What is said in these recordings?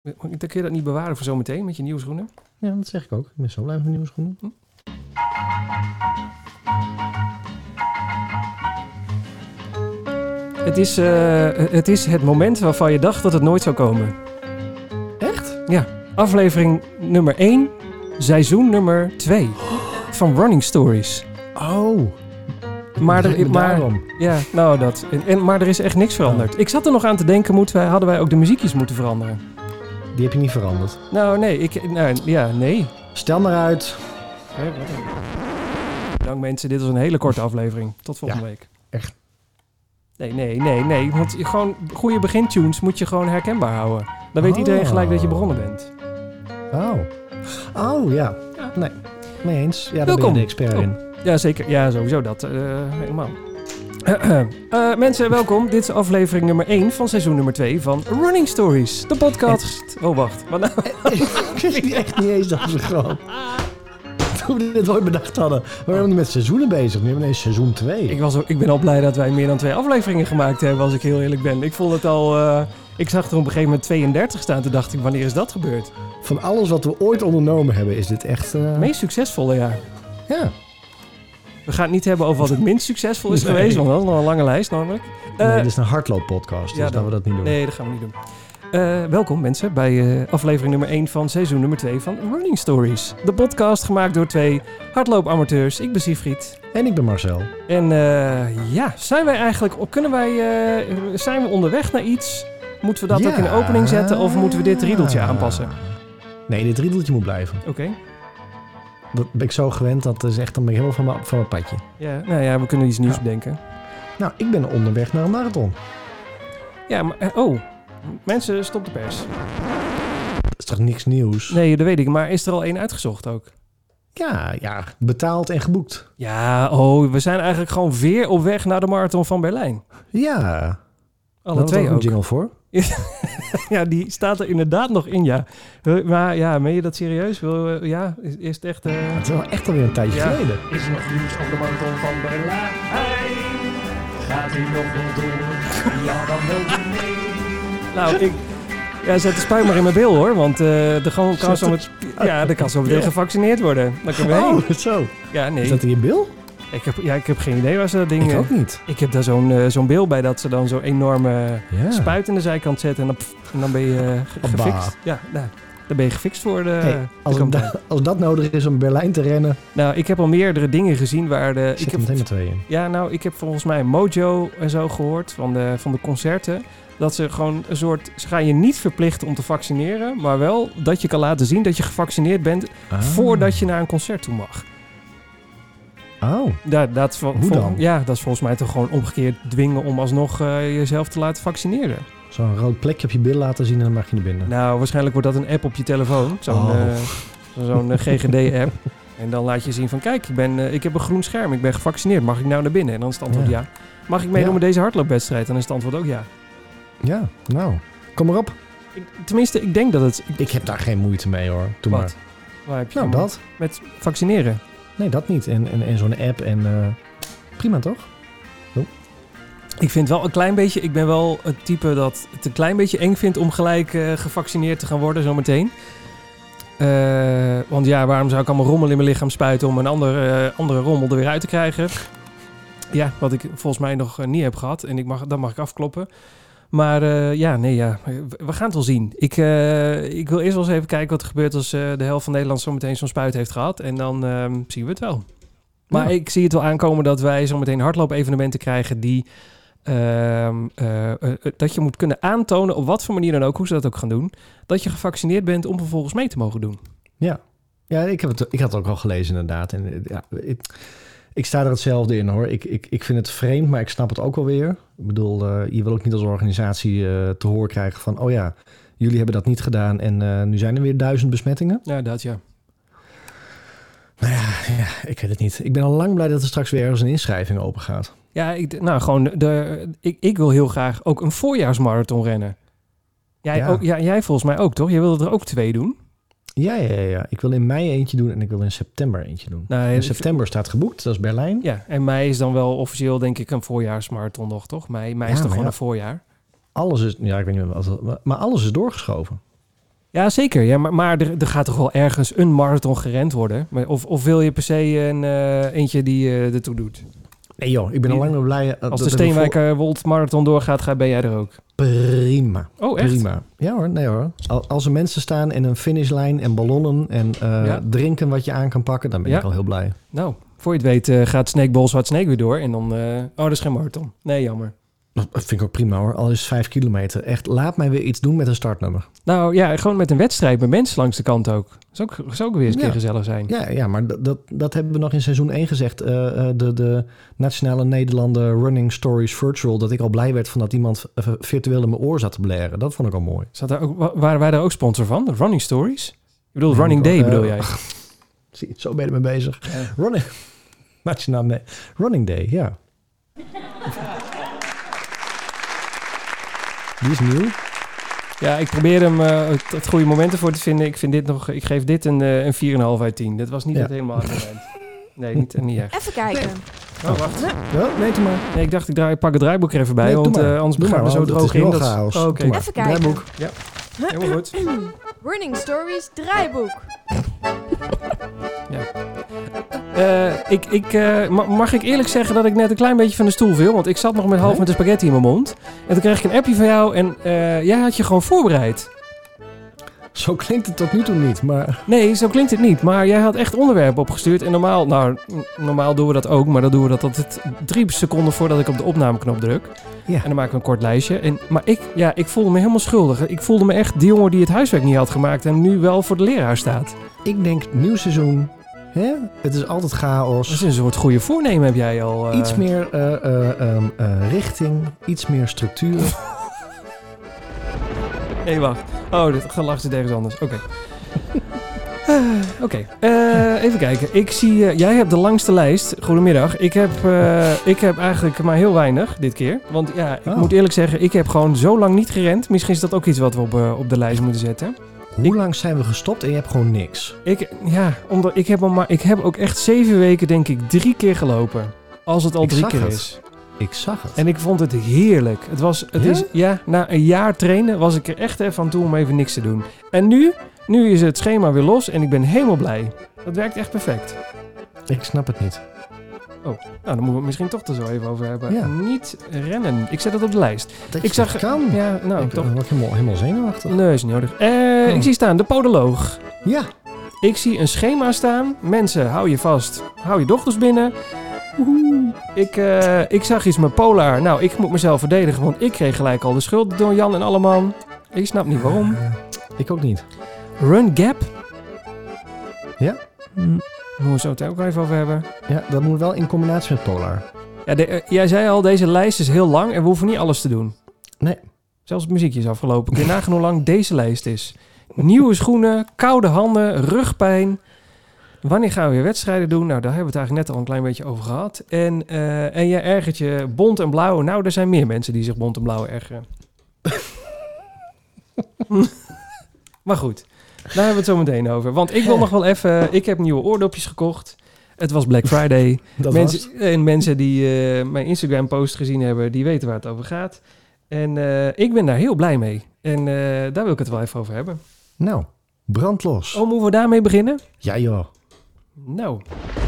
Dan kun je dat niet bewaren voor zometeen met je nieuwe schoenen? Ja, dat zeg ik ook. Ik ben zo blij met mijn nieuwe schoenen. Het is het moment waarvan je dacht dat het nooit zou komen. Echt? Ja, aflevering nummer 1, seizoen nummer 2 van Running Stories. Oh. Maar daarom. Ja, nou dat. Maar er is echt niks veranderd. Ik zat er nog aan te denken, hadden wij ook de muziekjes moeten veranderen? Die heb je niet veranderd. Nou, nee. Nee. Stel maar uit. Bedankt mensen, dit was een hele korte aflevering. Tot volgende week. Echt? Nee. Want gewoon goede begintunes moet je gewoon herkenbaar houden. Dan weet iedereen gelijk dat je begonnen bent. Oh, ja. Nee, mee eens. Ja, daar ben Welkom. je de expert in. Ja, zeker. Ja, sowieso dat. Helemaal. Mensen, welkom. Dit is aflevering nummer 1 van seizoen nummer 2 van Running Stories. De podcast. Oh, wacht. Wat nou? Ik wist echt niet eens dat we gewoon... Toen we dit ooit bedacht hadden. We waren niet met seizoenen bezig. Nu hebben we ineens seizoen 2. Ik ben al blij dat wij meer dan 2 afleveringen gemaakt hebben, als ik heel eerlijk ben. Ik vond het al... ik zag er op een gegeven moment 32 staan. Toen dacht ik, wanneer is dat gebeurd? Van alles wat we ooit ondernomen hebben, is dit echt... Meest succesvolle jaar. Ja. We gaan het niet hebben over wat het minst succesvol is geweest, want dat is nog een lange lijst namelijk. Nee, dit is een hardlooppodcast, dus laten we dat niet doen. Nee, dat gaan we niet doen. Welkom mensen bij aflevering nummer 1 van seizoen nummer 2 van Running Stories. De podcast gemaakt door 2 hardloopamateurs. Ik ben Siegfried. En ik ben Marcel. En zijn we onderweg naar iets? Moeten we dat ook in de opening zetten of moeten we dit riedeltje aanpassen? Nee, dit riedeltje moet blijven. Oké. Dat ben ik zo gewend, dat is echt, dan ben ik helemaal van mijn padje. Ja, nou ja, we kunnen iets nieuws bedenken. Nou, ik ben onderweg naar een marathon. Ja, maar... mensen, stop de pers. Dat is toch niks nieuws? Nee, dat weet ik. Maar is er al 1 uitgezocht ook? Ja, betaald en geboekt. Ja, we zijn eigenlijk gewoon weer op weg naar de marathon van Berlijn. Ja. Alle 2 ook. Een jingle voor? Ja, die staat er inderdaad nog in, ja. Maar ja, meen je dat serieus? Is het echt... Het is wel echt alweer een tijdje geleden. Is er nog nieuws over de marathon van Berlijn? Gaat hij nog wel door? Ja, dan wel mee. Nou, zet de spuit maar in mijn bil, hoor. Want er kan zo meteen gevaccineerd worden. Dan kunnen we heen. Zo. Ja, nee. Is dat in je bil? Ik heb geen idee waar ze dat ding... Ik ook niet. Ik heb daar zo'n bil bij dat ze dan zo'n enorme spuit in de zijkant zetten. En dan ben je gefixt. Ja, nou, dan ben je gefixt voor de... Als dat nodig is om Berlijn te rennen... Nou, ik heb al meerdere dingen gezien waar de... Ik heb meteen met 2 in. Ja, nou, ik heb volgens mij Mojo en zo gehoord van de concerten. Dat ze gewoon een soort... Ze gaan je niet verplichten om te vaccineren. Maar wel dat je kan laten zien dat je gevaccineerd bent... voordat je naar een concert toe mag. Oh. Hoe dan? Ja, dat is volgens mij toch gewoon omgekeerd dwingen om alsnog jezelf te laten vaccineren. Zo'n rood plekje op je bil laten zien en dan mag je naar binnen. Nou, waarschijnlijk wordt dat een app op je telefoon. Zo'n GGD-app. En dan laat je zien van, kijk, ik heb een groen scherm. Ik ben gevaccineerd. Mag ik nou naar binnen? En dan is het antwoord ja. Mag ik meedoen met deze hardloopwedstrijd? Dan is het antwoord ook ja. Ja, nou, kom maar op. Tenminste, ik denk dat het... Ik heb daar geen moeite mee, hoor. Doe maar. Waar heb je nou, dat. Met vaccineren? Nee, dat niet. En zo'n app en... prima, toch? Ik vind wel een klein beetje... Ik ben wel het type dat het een klein beetje eng vindt om gelijk gevaccineerd te gaan worden zometeen. Want ja, waarom zou ik allemaal rommel in mijn lichaam spuiten om een andere rommel er weer uit te krijgen? Ja, wat ik volgens mij nog niet heb gehad. En dat mag ik afkloppen. Maar we gaan het wel zien. Ik wil eerst wel eens even kijken wat er gebeurt als de helft van Nederland zometeen zo'n spuit heeft gehad. En dan zien we het wel. Maar ik zie het wel aankomen dat wij zometeen hardloop-evenementen krijgen die... dat je moet kunnen aantonen, op wat voor manier dan ook, hoe ze dat ook gaan doen, dat je gevaccineerd bent om vervolgens mee te mogen doen. Ja, ik had het ook al gelezen inderdaad. En ik sta er hetzelfde in, hoor. Ik vind het vreemd, maar ik snap het ook wel weer. Ik bedoel, je wil ook niet als organisatie te horen krijgen van... oh ja, jullie hebben dat niet gedaan en nu zijn er weer 1000 besmettingen. Ja, dat ja. Nou ja, ik weet het niet. Ik ben al lang blij dat er straks weer ergens een inschrijving open gaat. Ja, ik wil heel graag ook een voorjaarsmarathon rennen. Jij volgens mij ook, toch? Jij wilde er ook 2 doen? Ja. Ik wil in mei eentje doen en ik wil in september eentje doen. Nou, in september staat geboekt, dat is Berlijn. Ja, en mei is dan wel officieel, denk ik, een voorjaarsmarathon nog, toch? Mei is toch gewoon een voorjaar? Alles is, ja, ik weet niet meer wat, maar alles is doorgeschoven. Ja, zeker. Ja, maar er gaat toch wel ergens een marathon gerend worden? Of wil je per se eentje die ertoe doet? Nee joh, ik ben al lang nog blij. Als de Steenwijker Wold Marathon doorgaat, ben jij er ook? Prima. Oh, echt? Prima. Ja hoor, nee hoor. Als er mensen staan en een finishlijn en ballonnen en drinken wat je aan kan pakken, dan ben ik al heel blij. Nou, voor je het weet gaat Snake Ball Zwart Snake weer door en dan... dat is geen marathon. Nee, jammer. Dat vind ik ook prima hoor. Al is 5 kilometer. Echt, laat mij weer iets doen met een startnummer. Nou ja, gewoon met een wedstrijd met mensen langs de kant ook. Zou ook weer eens een keer gezellig zijn. Ja, maar dat hebben we nog in seizoen 1 gezegd. De Nationale Nederlanden Running Stories Virtual. Dat ik al blij werd van dat iemand virtueel in mijn oor zat te blaren. Dat vond ik al mooi. Waren wij daar ook sponsor van? De Running Stories? Ik bedoel, Running Day bedoel jij? Zie, zo ben je ermee bezig. Ja. Running Day, ja. Die is nieuw. Ja, ik probeer hem het goede moment ervoor te vinden. Ik geef dit een 4,5 uit 10. Dat was niet het helemaal aan het moment. Nee, niet echt. Even kijken. Oh, wacht. Ja, nee, doe maar. Nee, ik dacht ik pak het draaiboek er even bij, want anders gaan we zo droog in. Oké. Even kijken. Draaiboek. Ja, helemaal goed. Running Stories draaiboek. Mag ik eerlijk zeggen dat ik net een klein beetje van de stoel viel? Want ik zat nog met de spaghetti in mijn mond. En toen kreeg ik een appje van jou en jij had je gewoon voorbereid. Zo klinkt het tot nu toe niet, maar... Nee, zo klinkt het niet. Maar jij had echt onderwerpen opgestuurd. En normaal doen we dat ook. Maar dan doen we dat altijd 3 seconden voordat ik op de opnameknop druk. Ja. En dan maken we een kort lijstje. Maar ik voelde me helemaal schuldig. Ik voelde me echt die jongen die het huiswerk niet had gemaakt. En nu wel voor de leraar staat. Ik denk, nieuw seizoen. Hè? Het is altijd chaos. Dat is een soort goede voornemen heb jij al. Iets meer richting. Iets meer structuur. Nee, wacht. Oh, dit gelach zit ergens anders. Oké. Oké. Even kijken. Ik zie... jij hebt de langste lijst. Goedemiddag. Ik heb eigenlijk maar heel weinig dit keer. Want ja, ik moet eerlijk zeggen, ik heb gewoon zo lang niet gerend. Misschien is dat ook iets wat we op de lijst moeten zetten. Hoe lang zijn we gestopt en je hebt gewoon niks? Ik heb ook echt 7 weken denk ik 3 keer gelopen. Als het al 3 keer is. Ik zag het. En ik vond het heerlijk. Na een jaar trainen was ik er echt even aan toe om even niks te doen. En nu is het schema weer los en ik ben helemaal blij. Dat werkt echt perfect. Ik snap het niet. Oh, nou dan moeten we het misschien toch er zo even over hebben. Ja. Niet rennen. Ik zet het op de lijst. Dat kan. Ja, nou toch. Ik word helemaal zenuwachtig. Nee, is niet nodig. Ik zie staan, de podoloog. Ja. Ik zie een schema staan. Mensen, hou je vast. Hou je dochters binnen. Ik zag iets met Polar. Nou, ik moet mezelf verdedigen, want ik kreeg gelijk al de schuld door Jan en Alleman. Ik snap niet waarom. Ik ook niet. Run Gap. Ja. Moeten we zo het ook even over hebben. Ja, dat moet wel in combinatie met Polar. Ja, jij zei al, deze lijst is heel lang en we hoeven niet alles te doen. Nee. Zelfs het muziekje is afgelopen. Kun je nagaan hoe lang deze lijst is. Nieuwe schoenen, koude handen, rugpijn. Wanneer gaan we weer wedstrijden doen? Nou, daar hebben we het eigenlijk net al een klein beetje over gehad. En jij ergert je bont en blauw. Nou, er zijn meer mensen die zich bont en blauw ergeren. Maar goed, daar hebben we het zo meteen over. Want ik wil nog wel even... Ik heb nieuwe oordopjes gekocht. Het was Black Friday. Mensen die mijn Instagram post gezien hebben, die weten waar het over gaat. En ik ben daar heel blij mee. En daar wil ik het wel even over hebben. Nou, brand los. Oh, moeten we daarmee beginnen? Ja, joh. Nou.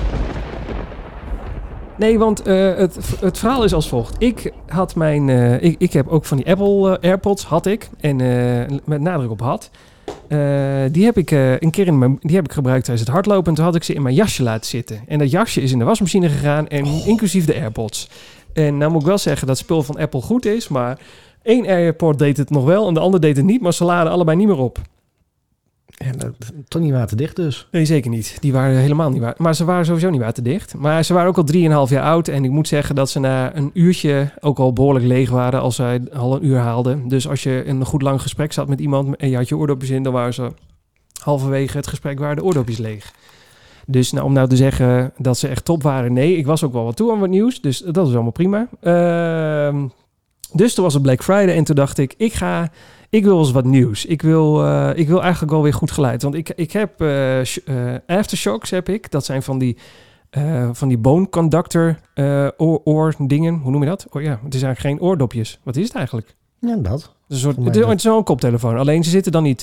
Nee, want het verhaal is als volgt. Ik had ik heb ook van die Apple AirPods, had ik. En met nadruk op had. Die heb ik een keer die heb ik gebruikt tijdens het hardlopen. En toen had ik ze in mijn jasje laten zitten. En dat jasje is in de wasmachine gegaan. En inclusief de AirPods. En nou moet ik wel zeggen dat spul van Apple goed is. Maar 1 AirPod deed het nog wel en de ander deed het niet. Maar ze laden allebei niet meer op. En toch niet waterdicht dus? Nee, zeker niet. Die waren helemaal niet water. Maar ze waren sowieso niet waterdicht. Maar ze waren ook al 3,5 jaar oud. En ik moet zeggen dat ze na een uurtje ook al behoorlijk leeg waren als zij al een uur haalden. Dus als je in een goed lang gesprek zat met iemand en je had je oordopjes in, dan waren ze halverwege het gesprek waren de oordopjes leeg. Dus nou, om nou te zeggen dat ze echt top waren, nee. Ik was ook wel wat toe aan wat nieuws. Dus dat is allemaal prima. Dus toen was het Black Friday en toen dacht ik, ik wil eens wat nieuws. Ik wil eigenlijk wel weer goed geluid. Want ik heb Aftershocks heb ik. Dat zijn van die bone conductor oordingen. Hoe noem je dat? Oh ja, het is eigenlijk geen oordopjes. Wat is het eigenlijk? Ja, dat. Het is wel een koptelefoon. Alleen ze zitten dan niet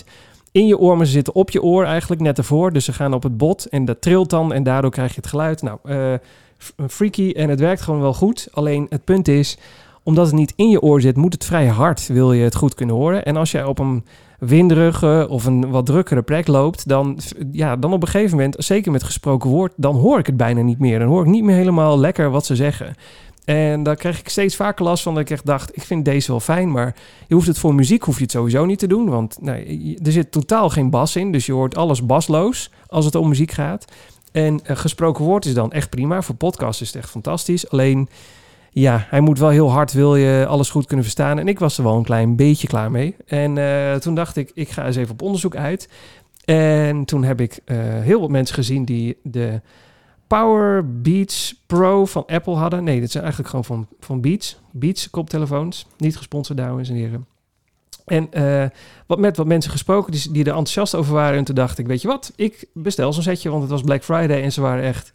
in je oor, maar ze zitten op je oor eigenlijk net ervoor. Dus ze gaan op het bot en dat trilt dan en daardoor krijg je het geluid. Nou, freaky en het werkt gewoon wel goed. Alleen het punt is, omdat het niet in je oor zit, moet het vrij hard, wil je het goed kunnen horen. En als jij op een winderige of een wat drukkere plek loopt, dan op een gegeven moment, zeker met gesproken woord, dan hoor ik het bijna niet meer. Dan hoor ik niet meer helemaal lekker wat ze zeggen. En daar kreeg ik steeds vaker last van dat ik echt dacht, ik vind deze wel fijn, maar je hoeft het voor muziek hoef je het sowieso niet te doen, want er zit totaal geen bas in, dus je hoort alles basloos als het om muziek gaat. En gesproken woord is dan echt prima, voor podcasts is het echt fantastisch, alleen ja, hij moet wel heel hard, wil je alles goed kunnen verstaan. En ik was er wel een klein beetje klaar mee. En toen dacht ik ga eens even op onderzoek uit. En toen heb ik heel wat mensen gezien die de Power Beats Pro van Apple hadden. Nee, dit zijn eigenlijk gewoon van Beats. Beats koptelefoons. Niet gesponsord, dames en heren. En wat mensen gesproken die er enthousiast over waren. En toen dacht ik, weet je wat, ik bestel zo'n setje. Want het was Black Friday en ze waren echt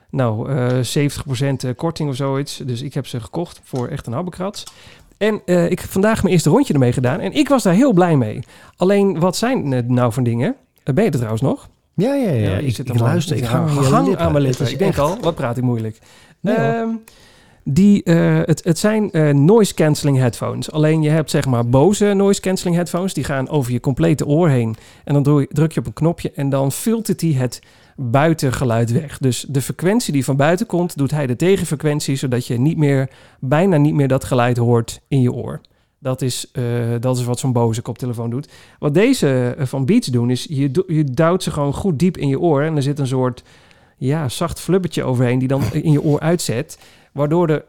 70% korting of zoiets. Dus ik heb ze gekocht voor echt een habbekrats. En ik heb vandaag mijn eerste rondje ermee gedaan. En ik was daar heel blij mee. Alleen, wat zijn het nou van dingen? Ben je er trouwens nog? Ja. Ik luister. Ik hang aan mijn lippen. Ik denk al, wat praat ik moeilijk. Het zijn noise cancelling headphones. Alleen je hebt zeg maar Bose noise cancelling headphones. Die gaan over je complete oor heen. En dan druk je op een knopje en dan filtert hij het buitengeluid weg. Dus de frequentie die van buiten komt, doet hij de tegenfrequentie, zodat je bijna niet meer dat geluid hoort in je oor. Dat is wat zo'n Bose koptelefoon doet. Wat deze van Beats doen, is je duwt ze gewoon goed diep in je oor en er zit een soort zacht flubbertje overheen die dan in je oor uitzet. Waardoor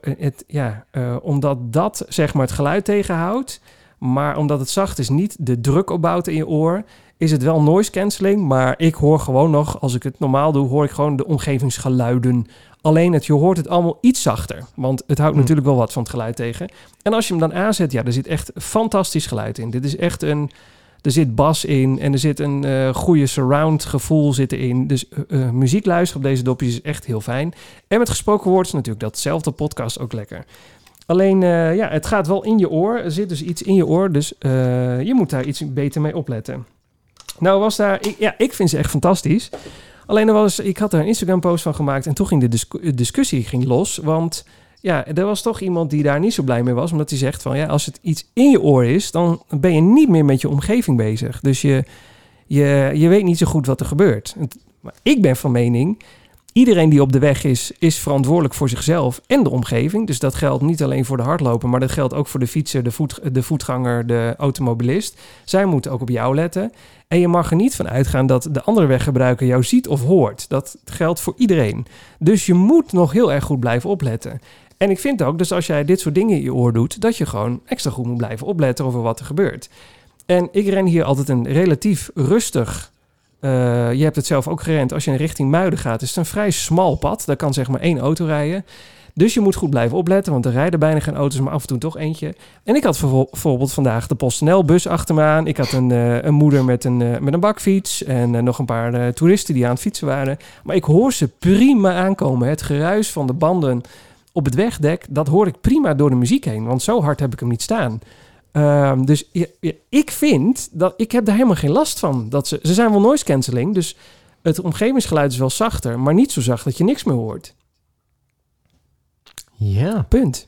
omdat dat zeg maar het geluid tegenhoudt, maar omdat het zacht is, niet de druk opbouwt in je oor, is het wel noise cancelling, maar ik hoor gewoon nog, als ik het normaal doe, hoor ik gewoon de omgevingsgeluiden. Alleen je hoort het allemaal iets zachter, want het houdt natuurlijk wel wat van het geluid tegen. En als je hem dan aanzet, er zit echt fantastisch geluid in. Dit is echt er zit bas in en er zit een goede surround gevoel zit erin. Dus muziek luisteren op deze dopjes is echt heel fijn. En met gesproken woord is natuurlijk datzelfde podcast ook lekker. Alleen, het gaat wel in je oor. Er zit dus iets in je oor, dus je moet daar iets beter mee opletten. Nou was daar... Ik vind ze echt fantastisch. Alleen ik had er een Instagram-post van gemaakt en toen ging de discussie los. Want er was toch iemand die daar niet zo blij mee was. Omdat hij zegt van, als het iets in je oor is, dan ben je niet meer met je omgeving bezig. Dus je weet niet zo goed wat er gebeurt. Maar ik ben van mening, iedereen die op de weg is verantwoordelijk voor zichzelf en de omgeving. Dus dat geldt niet alleen voor de hardloper, maar dat geldt ook voor de fietser, de voetganger, de automobilist. Zij moeten ook op jou letten. En je mag er niet van uitgaan dat de andere weggebruiker jou ziet of hoort. Dat geldt voor iedereen. Dus je moet nog heel erg goed blijven opletten. En ik vind ook, dus als jij dit soort dingen in je oor doet, dat je gewoon extra goed moet blijven opletten over wat er gebeurt. En ik ren hier altijd een relatief rustig... je hebt het zelf ook gerend. Als je in richting Muiden gaat, is het een vrij smal pad. Daar kan zeg maar 1 auto rijden. Dus je moet goed blijven opletten, want er rijden bijna geen auto's, maar af en toe toch eentje. En ik had bijvoorbeeld vandaag de PostNL-bus achter me aan. Ik had een moeder met een bakfiets en nog een paar toeristen die aan het fietsen waren. Maar ik hoor ze prima aankomen. Het geruis van de banden op het wegdek, dat hoor ik prima door de muziek heen, want zo hard heb ik hem niet staan. Dus ik vind dat ik heb daar helemaal geen last van. Dat ze zijn wel noise cancelling, dus het omgevingsgeluid is wel zachter, maar niet zo zacht dat je niks meer hoort. Ja. Punt.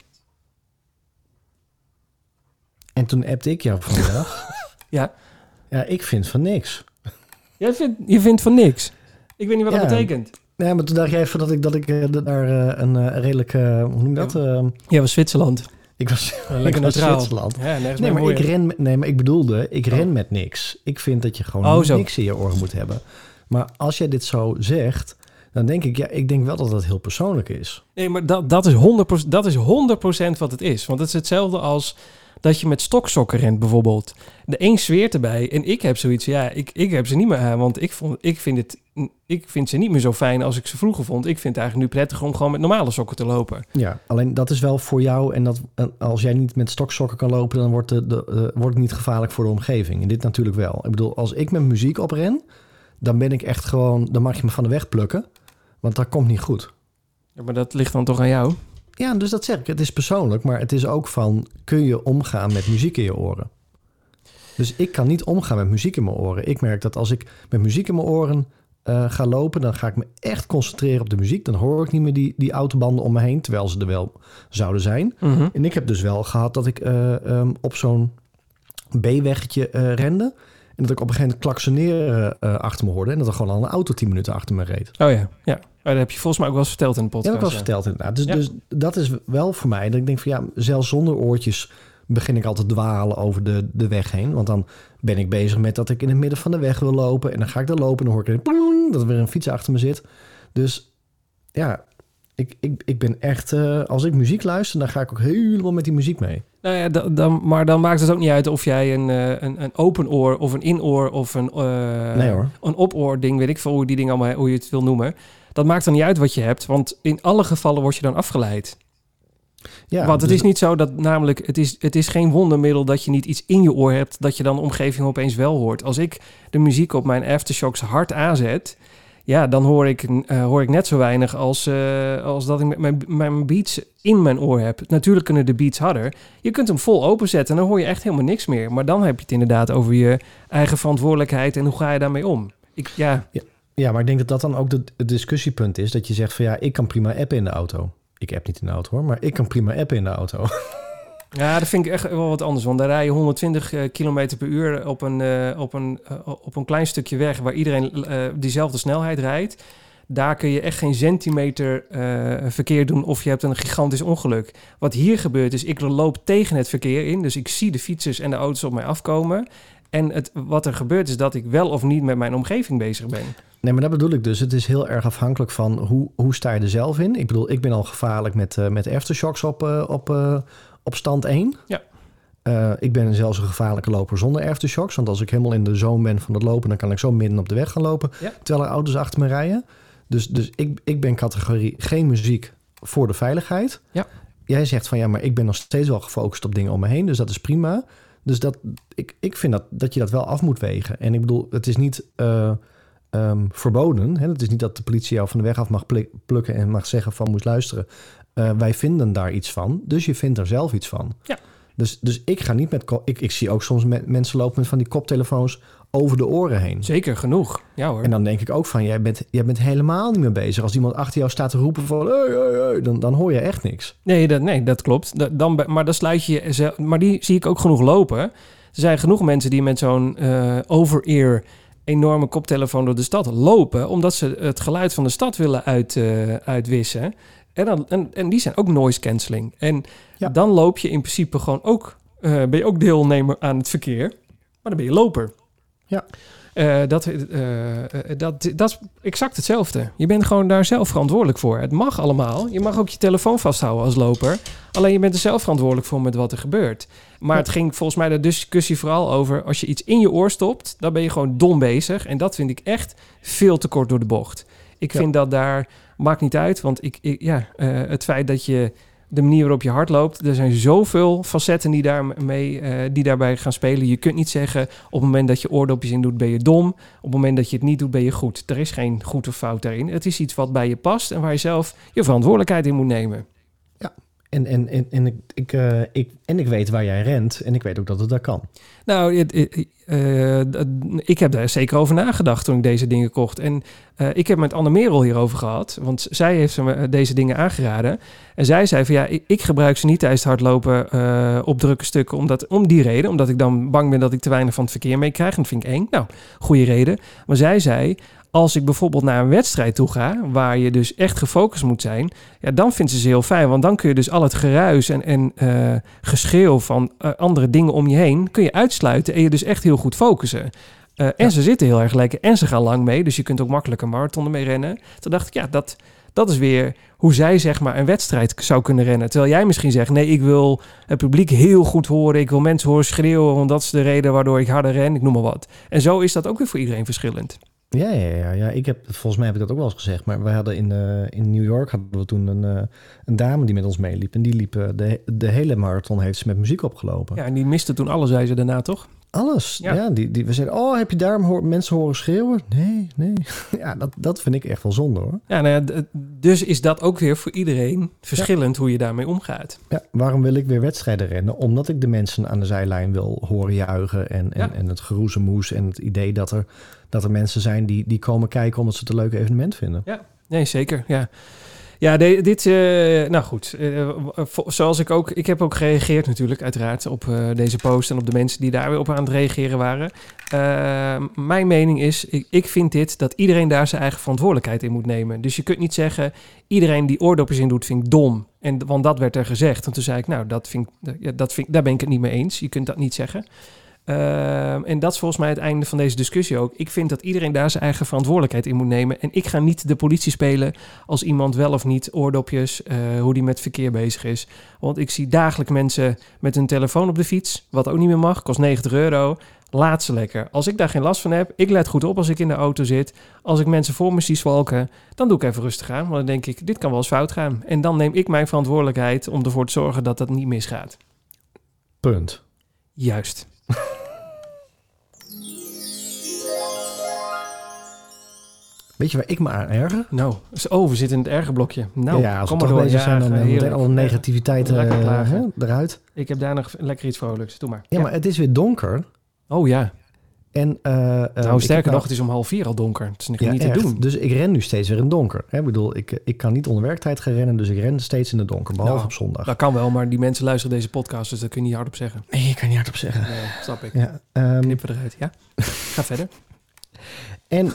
En toen appte ik jou vandaag. Ja, ik vind van niks. Je vindt van niks. Ik weet niet wat dat betekent. Nee, maar toen dacht jij even dat ik daar een redelijk... hoe noem je dat? Ja, was Zwitserland. Ik was lekker neutraal. Zwitserland. Ja, maar ik bedoelde, ren met niks. Ik vind dat je gewoon niks in je oren moet hebben. Maar als jij dit zo zegt, dan denk ik, ik denk wel dat dat heel persoonlijk is. Nee, maar dat is 100% wat het is. Want het is hetzelfde als dat je met stoksokken rent bijvoorbeeld. De een zweert erbij en ik heb zoiets, ik heb ze niet meer aan, want ik vind ze niet meer zo fijn als ik ze vroeger vond. Ik vind het eigenlijk nu prettiger om gewoon met normale sokken te lopen. Ja, alleen dat is wel voor jou en als jij niet met stoksokken kan lopen, dan wordt het niet gevaarlijk voor de omgeving. En dit natuurlijk wel. Ik bedoel, als ik met muziek opren, dan ben ik echt gewoon, dan mag je me van de weg plukken, want dat komt niet goed. Ja, maar dat ligt dan toch aan jou? Ja, dus dat zeg ik. Het is persoonlijk, maar het is ook van, kun je omgaan met muziek in je oren? Dus ik kan niet omgaan met muziek in mijn oren. Ik merk dat als ik met muziek in mijn oren ga lopen, dan ga ik me echt concentreren op de muziek. Dan hoor ik niet meer die autobanden om me heen, terwijl ze er wel zouden zijn. Mhm. En ik heb dus wel gehad dat ik op zo'n B-weggetje rende. En dat ik op een gegeven moment klaksoneren achter me hoorde. En dat er gewoon al een auto 10 minuten achter me reed. Oh ja. Dat heb je volgens mij ook wel eens verteld in de podcast. Ja, dat was verteld inderdaad. Dus dat is wel voor mij dat ik denk van ja, zelfs zonder oortjes begin ik altijd dwalen over de weg heen. Want dan ben ik bezig met dat ik in het midden van de weg wil lopen. En dan ga ik daar lopen en dan hoor ik dat er weer een fiets achter me zit. Dus ja, ik ben echt... als ik muziek luister, dan ga ik ook helemaal met die muziek mee. Nou ja, maar dan maakt het ook niet uit of jij een open oor of een inoor of een Nee hoor. een opoor ding, weet ik veel hoe die dingen allemaal, hoe je het wil noemen. Dat maakt dan niet uit wat je hebt, want in alle gevallen word je dan afgeleid. Ja, Want het dus- is niet zo dat namelijk, het is geen wondermiddel dat je niet iets in je oor hebt, dat je dan de omgeving opeens wel hoort. Als ik de muziek op mijn aftershocks hard aanzet, ja, dan hoor ik net zo weinig als dat ik met mijn beats in mijn oor heb. Natuurlijk kunnen de beats harder. Je kunt hem vol openzetten en dan hoor je echt helemaal niks meer. Maar dan heb je het inderdaad over je eigen verantwoordelijkheid en hoe ga je daarmee om. Ja, maar ik denk dat dat dan ook het discussiepunt is. Dat je zegt van ja, ik kan prima appen in de auto. Ik app niet in de auto hoor, maar ik kan prima appen in de auto. Ja, dat vind ik echt wel wat anders. Want daar rij je 120 km per uur op een klein stukje weg waar iedereen diezelfde snelheid rijdt. Daar kun je echt geen centimeter verkeer doen of je hebt een gigantisch ongeluk. Wat hier gebeurt is, ik loop tegen het verkeer in. Dus ik zie de fietsers en de auto's op mij afkomen. En wat er gebeurt is dat ik wel of niet met mijn omgeving bezig ben. Nee, maar dat bedoel ik dus. Het is heel erg afhankelijk van hoe sta je er zelf in. Ik bedoel, ik ben al gevaarlijk met aftershocks op stand 1. Ja. Ik ben zelfs een gevaarlijke loper zonder aftershocks. Want als ik helemaal in de zone ben van het lopen, dan kan ik zo midden op de weg gaan lopen. Ja. Terwijl er auto's achter me rijden. Dus ik ben categorie geen muziek voor de veiligheid. Ja. Jij zegt van ja, maar ik ben nog steeds wel gefocust op dingen om me heen. Dus dat is prima. Dus ik vind dat je dat wel af moet wegen. En ik bedoel, het is niet verboden. Hè? Het is niet dat de politie jou van de weg af mag plukken en mag zeggen van moet luisteren. Wij vinden daar iets van. Dus je vindt er zelf iets van. Ja. Dus ik ga niet met... Ik zie ook soms mensen lopen met van die koptelefoons over de oren heen. Zeker, genoeg. Ja hoor. En dan denk ik ook van, jij bent helemaal niet meer bezig. Als iemand achter jou staat te roepen van... Hey, dan hoor je echt niks. Nee, dat klopt. Maar dan sluit je jezelf... Maar die zie ik ook genoeg lopen. Er zijn genoeg mensen die met zo'n over-ear enorme koptelefoon door de stad lopen, omdat ze het geluid van de stad willen uitwissen. En die zijn ook noise cancelling. En dan loop je in principe gewoon ook... ben je ook deelnemer aan het verkeer, maar dan ben je loper. Ja. Dat is exact hetzelfde. Je bent gewoon daar zelf verantwoordelijk voor. Het mag allemaal. Je mag ook je telefoon vasthouden als loper. Alleen je bent er zelf verantwoordelijk voor met wat er gebeurt. Maar het ging volgens mij de discussie vooral over... als je iets in je oor stopt, dan ben je gewoon dom bezig. En dat vind ik echt veel te kort door de bocht. Ik vind dat daar... Maakt niet uit, want het feit dat je... de manier waarop je hard loopt... er zijn zoveel facetten die daarbij gaan spelen. Je kunt niet zeggen... op het moment dat je oordopjes in doet, ben je dom. Op het moment dat je het niet doet, ben je goed. Er is geen goed of fout daarin. Het is iets wat bij je past... en waar je zelf je verantwoordelijkheid in moet nemen. Ja, en ik weet waar jij rent... en ik weet ook dat het daar kan. Nou, ik heb daar zeker over nagedacht toen ik deze dingen kocht. En ik heb met Anne Merel hierover gehad. Want zij heeft me deze dingen aangeraden. En zij zei van ik gebruik ze niet tijdens het hardlopen op drukke stukken. Om die reden. Omdat ik dan bang ben dat ik te weinig van het verkeer meekrijg. En dat vind ik eng. Nou, goede reden. Maar zij zei... Als ik bijvoorbeeld naar een wedstrijd toe ga, waar je dus echt gefocust moet zijn, dan vindt ze heel fijn. Want dan kun je dus al het geruis en geschreeuw van andere dingen om je heen, kun je uitsluiten en je dus echt heel goed focussen. En ze zitten heel erg lekker en ze gaan lang mee, dus je kunt ook makkelijk een marathon ermee rennen. Toen dacht ik, dat is weer hoe zij zeg maar een wedstrijd zou kunnen rennen. Terwijl jij misschien zegt, nee, ik wil het publiek heel goed horen. Ik wil mensen horen schreeuwen, want dat is de reden waardoor ik harder ren. Ik noem maar wat. En zo is dat ook weer voor iedereen verschillend. Ja. Volgens mij heb ik dat ook wel eens gezegd. Maar we hadden in New York hadden we toen een dame die met ons meeliep. En die liep de hele marathon heeft ze met muziek opgelopen. Ja, en die miste toen alles, zei ze daarna, toch? Alles. Ja. Ja, we zeiden, heb je daarom mensen horen schreeuwen? Nee. Ja, dat vind ik echt wel zonde, hoor. Ja, nou ja, dus is dat ook weer voor iedereen verschillend hoe je daarmee omgaat. Ja, waarom wil ik weer wedstrijden rennen? Omdat ik de mensen aan de zijlijn wil horen juichen en het geroezemoes en het idee dat er mensen zijn die komen kijken omdat ze het een leuk evenement vinden. Ja, nee, zeker. Ja. Ja, nou goed. Zoals ik heb ook gereageerd natuurlijk uiteraard op deze post en op de mensen die daar weer op aan het reageren waren. Mijn mening is, ik vind dat iedereen daar zijn eigen verantwoordelijkheid in moet nemen. Dus je kunt niet zeggen, iedereen die oordopjes in doet, vind ik dom. Want dat werd er gezegd. En toen zei ik, nou, daar ben ik het niet mee eens. Je kunt dat niet zeggen. En dat is volgens mij het einde van deze discussie ook. Ik vind dat iedereen daar zijn eigen verantwoordelijkheid in moet nemen. En ik ga niet de politie spelen als iemand wel of niet oordopjes, hoe die met verkeer bezig is. Want ik zie dagelijks mensen met hun telefoon op de fiets, wat ook niet meer mag, kost €90. Laat ze lekker. Als ik daar geen last van heb, ik let goed op als ik in de auto zit. Als ik mensen voor me zie zwalken, dan doe ik even rustig aan. Want dan denk ik, dit kan wel eens fout gaan. En dan neem ik mijn verantwoordelijkheid om ervoor te zorgen dat dat niet misgaat. Punt. Juist. Weet je waar ik me aan erger? Nou, we zitten in het erge blokje. Nou, ja, als we kom toch maar door. bezig zijn, dan heerlijk. meteen alle negativiteit Lekker klagen. eruit. Ik heb daar nog lekker iets vrolijks. Doe maar. Ja, maar het is weer donker. Oh ja. En, Sterker nog, het is om 3:30 al donker. Het is nog niet echt. te doen. Dus ik ren nu steeds weer in donker. Ik bedoel, ik kan niet onder werktijd gaan rennen, dus ik ren steeds in het donker, behalve op zondag. Dat kan wel, maar die mensen luisteren deze podcast, dus dat kun je niet hardop zeggen. Nee, ik kan niet hardop zeggen. Nee, snap ik. Ja, Knippen we eruit, ja? Ga verder. En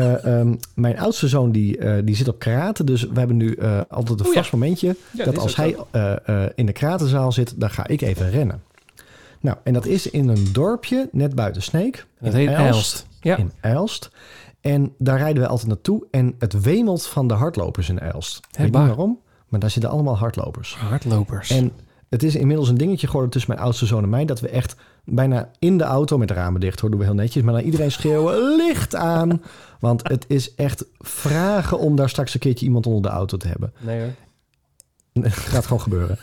mijn oudste zoon die zit op karate, dus we hebben nu altijd een vast momentje dat als hij in de karatezaal zit, dan ga ik even rennen. Nou, en dat is in een dorpje net buiten Sneek. Dat heet Elst. Ja. In Elst. En daar rijden we altijd naartoe. En het wemelt van de hardlopers in Elst. Ik weet niet waarom, maar daar zitten allemaal hardlopers. Hardlopers. En het is inmiddels een dingetje geworden tussen mijn oudste zoon en mij, dat we echt bijna in de auto met de ramen dicht, hoor, doen we heel netjes, maar dan iedereen schreeuwen, licht aan. Want het is echt vragen om daar straks een keertje iemand onder de auto te hebben. Nee hoor. Het gaat gewoon gebeuren.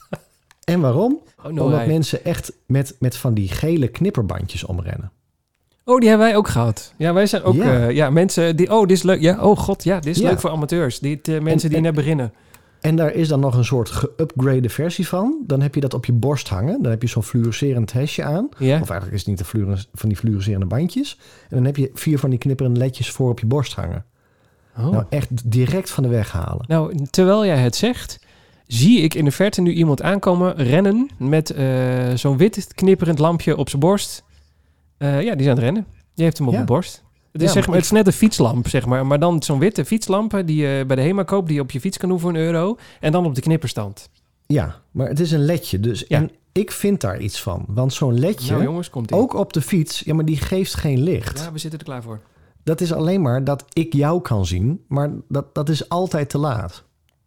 En waarom? Omdat mensen echt met van die gele knipperbandjes omrennen. Oh, die hebben wij ook gehad. Ja, wij zijn ook mensen die... Oh, dit is leuk. Ja, oh god, ja, dit is leuk voor amateurs. Mensen die net beginnen. En daar is dan nog een soort geüpgrade versie van. Dan heb je dat op je borst hangen. Dan heb je zo'n fluorescerend hesje aan. Ja. Of eigenlijk is het niet van die fluorescerende bandjes. En dan heb je 4 van die knipperende ledjes voor op je borst hangen. Oh. Nou, echt direct van de weg halen. Nou, terwijl jij het zegt, zie ik in de verte nu iemand aankomen, rennen met zo'n wit knipperend lampje op zijn borst. Die is aan het rennen. Die heeft hem op de borst. Het is, het is net een fietslamp, zeg maar dan zo'n witte fietslamp die je bij de HEMA koopt, die je op je fiets kan doen voor €1 en dan op de knipperstand. Ja, maar het is een ledje, dus en ik vind daar iets van. Want zo'n ledje, nou, jongens, ook op de fiets, maar die geeft geen licht. Ja, we zitten er klaar voor. Dat is alleen maar dat ik jou kan zien, maar dat is altijd te laat.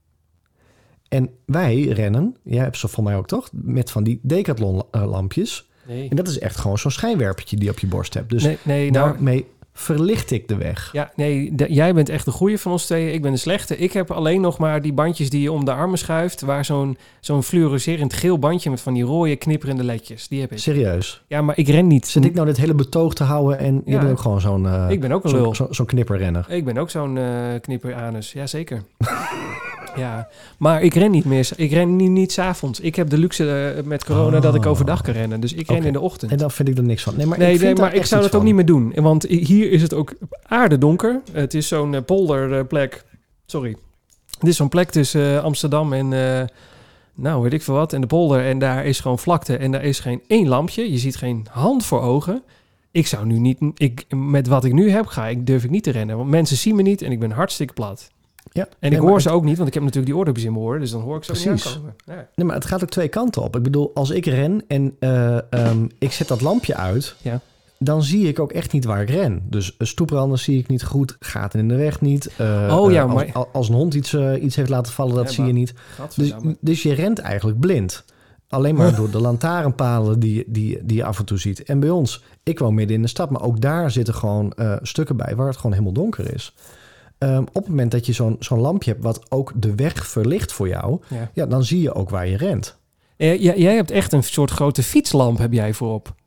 En wij rennen, jij hebt ze voor mij ook toch, met van die Decathlon lampjes. Nee. En dat is echt gewoon zo'n schijnwerpertje die je op je borst hebt. Dus daarmee verlicht ik de weg. Ja, nee, jij bent echt de goeie van ons tweeën. Ik ben de slechte. Ik heb alleen nog maar die bandjes die je om de armen schuift, waar zo'n fluorescerend geel bandje met van die rode knipperende ledjes. Die heb ik. Serieus? Ja, maar ik ren niet. Zit ik nou dit hele betoog te houden en je bent ook gewoon zo'n... ik ben ook een lul. Zo'n knipperrenner. Ik ben ook zo'n knipperanus. Ja, zeker. Ja, maar ik ren niet meer. Ik ren niet 's avonds. Ik heb de luxe met corona dat ik overdag kan rennen. Dus ik ren in de ochtend. En dan vind ik er niks van. Nee, maar ik zou dat ook niet meer doen. Want hier is het ook aardedonker. Het is zo'n polderplek. Sorry. Het is zo'n plek tussen Amsterdam en weet ik veel wat. En de polder. En daar is gewoon vlakte. En daar is geen één lampje. Je ziet geen hand voor ogen. Ik zou nu niet... met wat ik nu heb, durf ik niet te rennen. Want mensen zien me niet en ik ben hartstikke plat. Ja, en ik hoor ze ook niet, want ik heb natuurlijk die oordopjes in mijn oren, dus dan hoor ik ze ook niet aankomen. Ja. Nee, maar het gaat ook twee kanten op. Ik bedoel, als ik ren en ik zet dat lampje uit, dan zie ik ook echt niet waar ik ren. Dus stoepranden zie ik niet goed, gaten in de weg niet. Als een hond iets heeft laten vallen, dat zie je niet. Dus je rent eigenlijk blind. Alleen maar door de lantaarnpalen die je af en toe ziet. En bij ons, ik woon midden in de stad, maar ook daar zitten gewoon stukken bij waar het gewoon helemaal donker is. Op het moment dat je zo'n lampje hebt wat ook de weg verlicht voor jou, dan zie je ook waar je rent. Jij hebt echt een soort grote fietslamp heb jij voorop.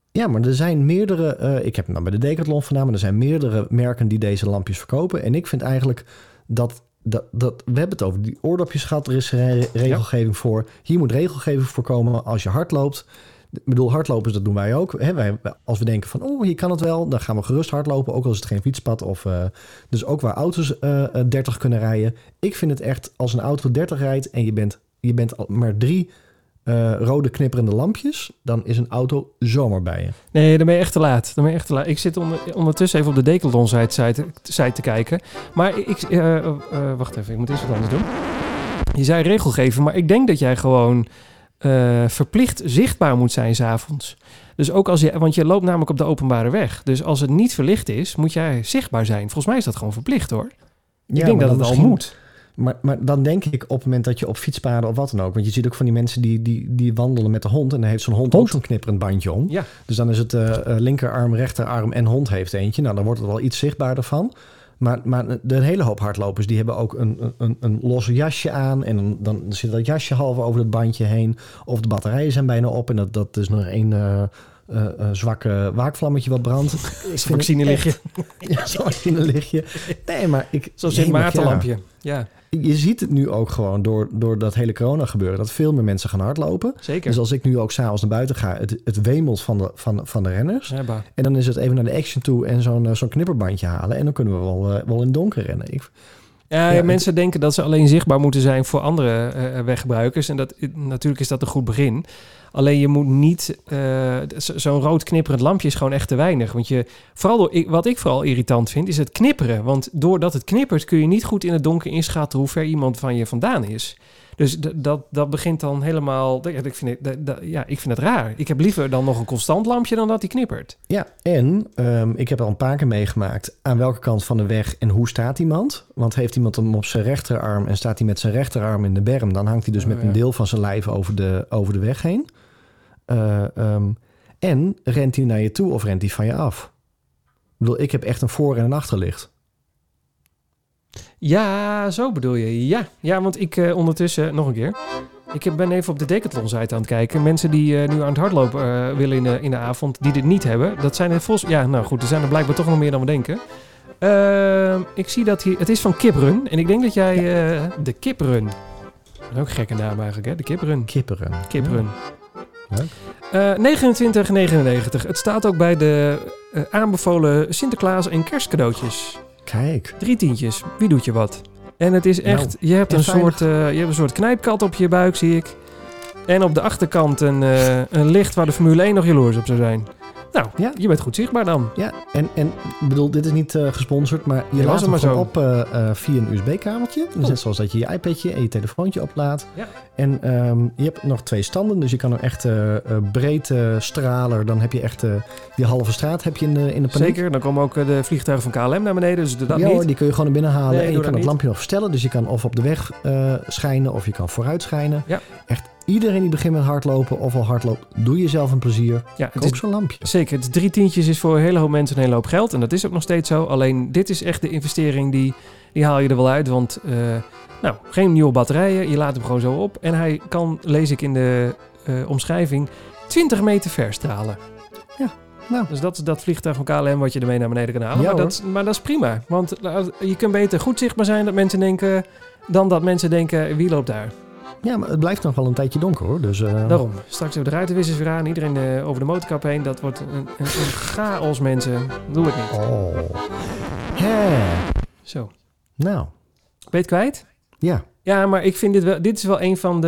Ja, maar er zijn meerdere... ik heb hem dan bij de Decathlon vandaan... maar er zijn meerdere merken die deze lampjes verkopen. En ik vind eigenlijk dat we hebben het over die oordopjes gehad. Er is regelgeving voor. Hier moet regelgeving voor komen als je hard loopt. Ik bedoel, hardlopen, dat doen wij ook. Hè, als we denken van, hier kan het wel... dan gaan we gerust hardlopen, ook al is het geen fietspad. Dus ook waar auto's 30 kunnen rijden. Ik vind het echt, als een auto 30 rijdt... en je bent al maar 3... rode knipperende lampjes, dan is een auto zomaar bij je. Nee, dan ben je echt te laat. Ik zit ondertussen even op de Decathlon site te kijken. Maar wacht even, ik moet eens wat anders doen. Je zei regelgeven, maar ik denk dat jij gewoon verplicht zichtbaar moet zijn 's avonds. Dus ook want je loopt namelijk op de openbare weg. Dus als het niet verlicht is, moet jij zichtbaar zijn. Volgens mij is dat gewoon verplicht, hoor. Ik denk dat het al moet. Maar dan denk ik op het moment dat je op fietspaden of wat dan ook... want je ziet ook van die mensen die wandelen met de hond... en dan heeft zo'n hond ook zo'n knipperend bandje om. Ja. Dus dan is het linkerarm, rechterarm en hond heeft eentje. Nou, dan wordt het wel iets zichtbaarder van. Maar de hele hoop hardlopers die hebben ook een losse jasje aan... en dan zit dat jasje half over het bandje heen... of de batterijen zijn bijna op en dat is nog één... zwakke waakvlammetje wat brandt. Zo'n vaccinelichtje. Ja, zo'n vaccinelichtje. Nee, maar zo'n Sint Maartenlampje. Ja. Je ziet het nu ook gewoon door dat hele corona gebeuren... dat veel meer mensen gaan hardlopen. Zeker. Dus als ik nu ook 's avonds naar buiten ga... het wemelt van de renners. Ja, en dan is het even naar de Action toe... en zo'n knipperbandje halen. En dan kunnen we wel in het donker rennen. Mensen denken dat ze alleen zichtbaar moeten zijn... voor andere weggebruikers. En natuurlijk is dat een goed begin... Alleen je moet niet... zo'n rood knipperend lampje is gewoon echt te weinig. Want wat ik vooral irritant vind, is het knipperen. Want doordat het knippert kun je niet goed in het donker inschatten... hoe ver iemand van je vandaan is. Dus dat begint dan helemaal... Ik vind het raar. Ik heb liever dan nog een constant lampje dan dat die knippert. Ja, en ik heb al een paar keer meegemaakt... aan welke kant van de weg en hoe staat iemand. Want heeft iemand hem op zijn rechterarm... en staat hij met zijn rechterarm in de berm... dan hangt hij dus met een deel van zijn lijf over de weg heen. En rent hij naar je toe of rent hij van je af? Ik bedoel, ik heb echt een voor- en een achterlicht. Ja, zo bedoel je. Ja, want ik ondertussen... Nog een keer. Ik ben even op de Decathlon-site aan het kijken. Mensen die nu aan het hardlopen willen in de avond... die dit niet hebben. Dat zijn er volgens... Ja, nou goed. Er zijn er blijkbaar toch nog meer dan we denken. Ik zie dat hier... Het is van Kiprun. En ik denk dat jij... de Kiprun... Dat is ook een gekke naam eigenlijk, hè? De Kiprun. Kiprun. Leuk. 29,99. Het staat ook bij de aanbevolen Sinterklaas en kerstcadeautjes. Kijk. 3 tientjes. Wie doet je wat? En het is echt... je hebt een soort knijpkat op je buik, zie ik. En op de achterkant een licht waar de Formule 1 nog jaloers op zou zijn. Nou, je bent goed zichtbaar dan. Ja, en ik bedoel, dit is niet gesponsord, maar je laat hem gewoon op via een USB-kabeltje. Dus net zoals dat je je iPadje en je telefoontje oplaadt. Ja. En je hebt nog 2 standen, dus je kan hem echt breed straler. Dan heb je echt die halve straat heb je in de paniek. Zeker, dan komen ook de vliegtuigen van KLM naar beneden, dus dat niet. Ja, die kun je gewoon naar binnen halen. Nee, en je kan het lampje nog verstellen, dus je kan of op de weg schijnen of je kan vooruit schijnen. Ja. Echt. Iedereen die begint met hardlopen of al hardloopt, doe jezelf een plezier. Ja, koop zo'n lampje. Zeker, het 3 tientjes is voor een hele hoop mensen een hele hoop geld. En dat is ook nog steeds zo. Alleen dit is echt de investering die haal je er wel uit. Want geen nieuwe batterijen. Je laat hem gewoon zo op. En hij kan, lees ik in de omschrijving, 20 meter verstralen. Ja. Nou. Dus dat is dat vliegtuig van KLM wat je ermee naar beneden kan halen. Ja, maar dat is prima. Want je kunt beter goed zichtbaar zijn dat mensen denken... dan dat mensen denken, wie loopt daar? Ja, maar het blijft nog wel een tijdje donker, hoor. Dus, Daarom. Straks hebben de ruitenwissers weer aan. Iedereen over de motorkap heen. Dat wordt een chaos, mensen. Doe het niet. Oh. Hè. Zo. Nou. Ben je het kwijt? Ja. Ja, maar ik vind dit is wel een van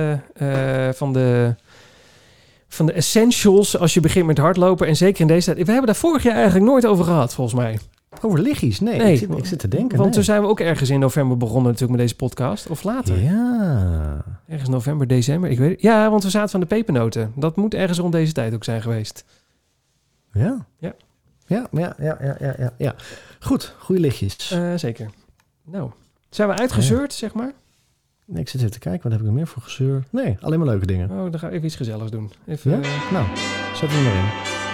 de essentials als je begint met hardlopen. En zeker in deze tijd. We hebben daar vorig jaar eigenlijk nooit over gehad, volgens mij. Over lichtjes? Nee. Ik zit te denken. Want toen zijn we ook ergens in november begonnen natuurlijk met deze podcast. Of later. Ja. Ergens november, december. Ik weet het. Ja, want we zaten van de pepernoten. Dat moet ergens rond deze tijd ook zijn geweest. Ja. Ja. Ja. Goed, goede lichtjes. Zeker. Nou, zijn we uitgezeurd, zeg maar? Nee, ik zit even te kijken. Wat heb ik nog meer voor gezeur? Nee, alleen maar leuke dingen. Oh, dan gaan we even iets gezelligs doen. Even, ja? Nou, zet hem maar in.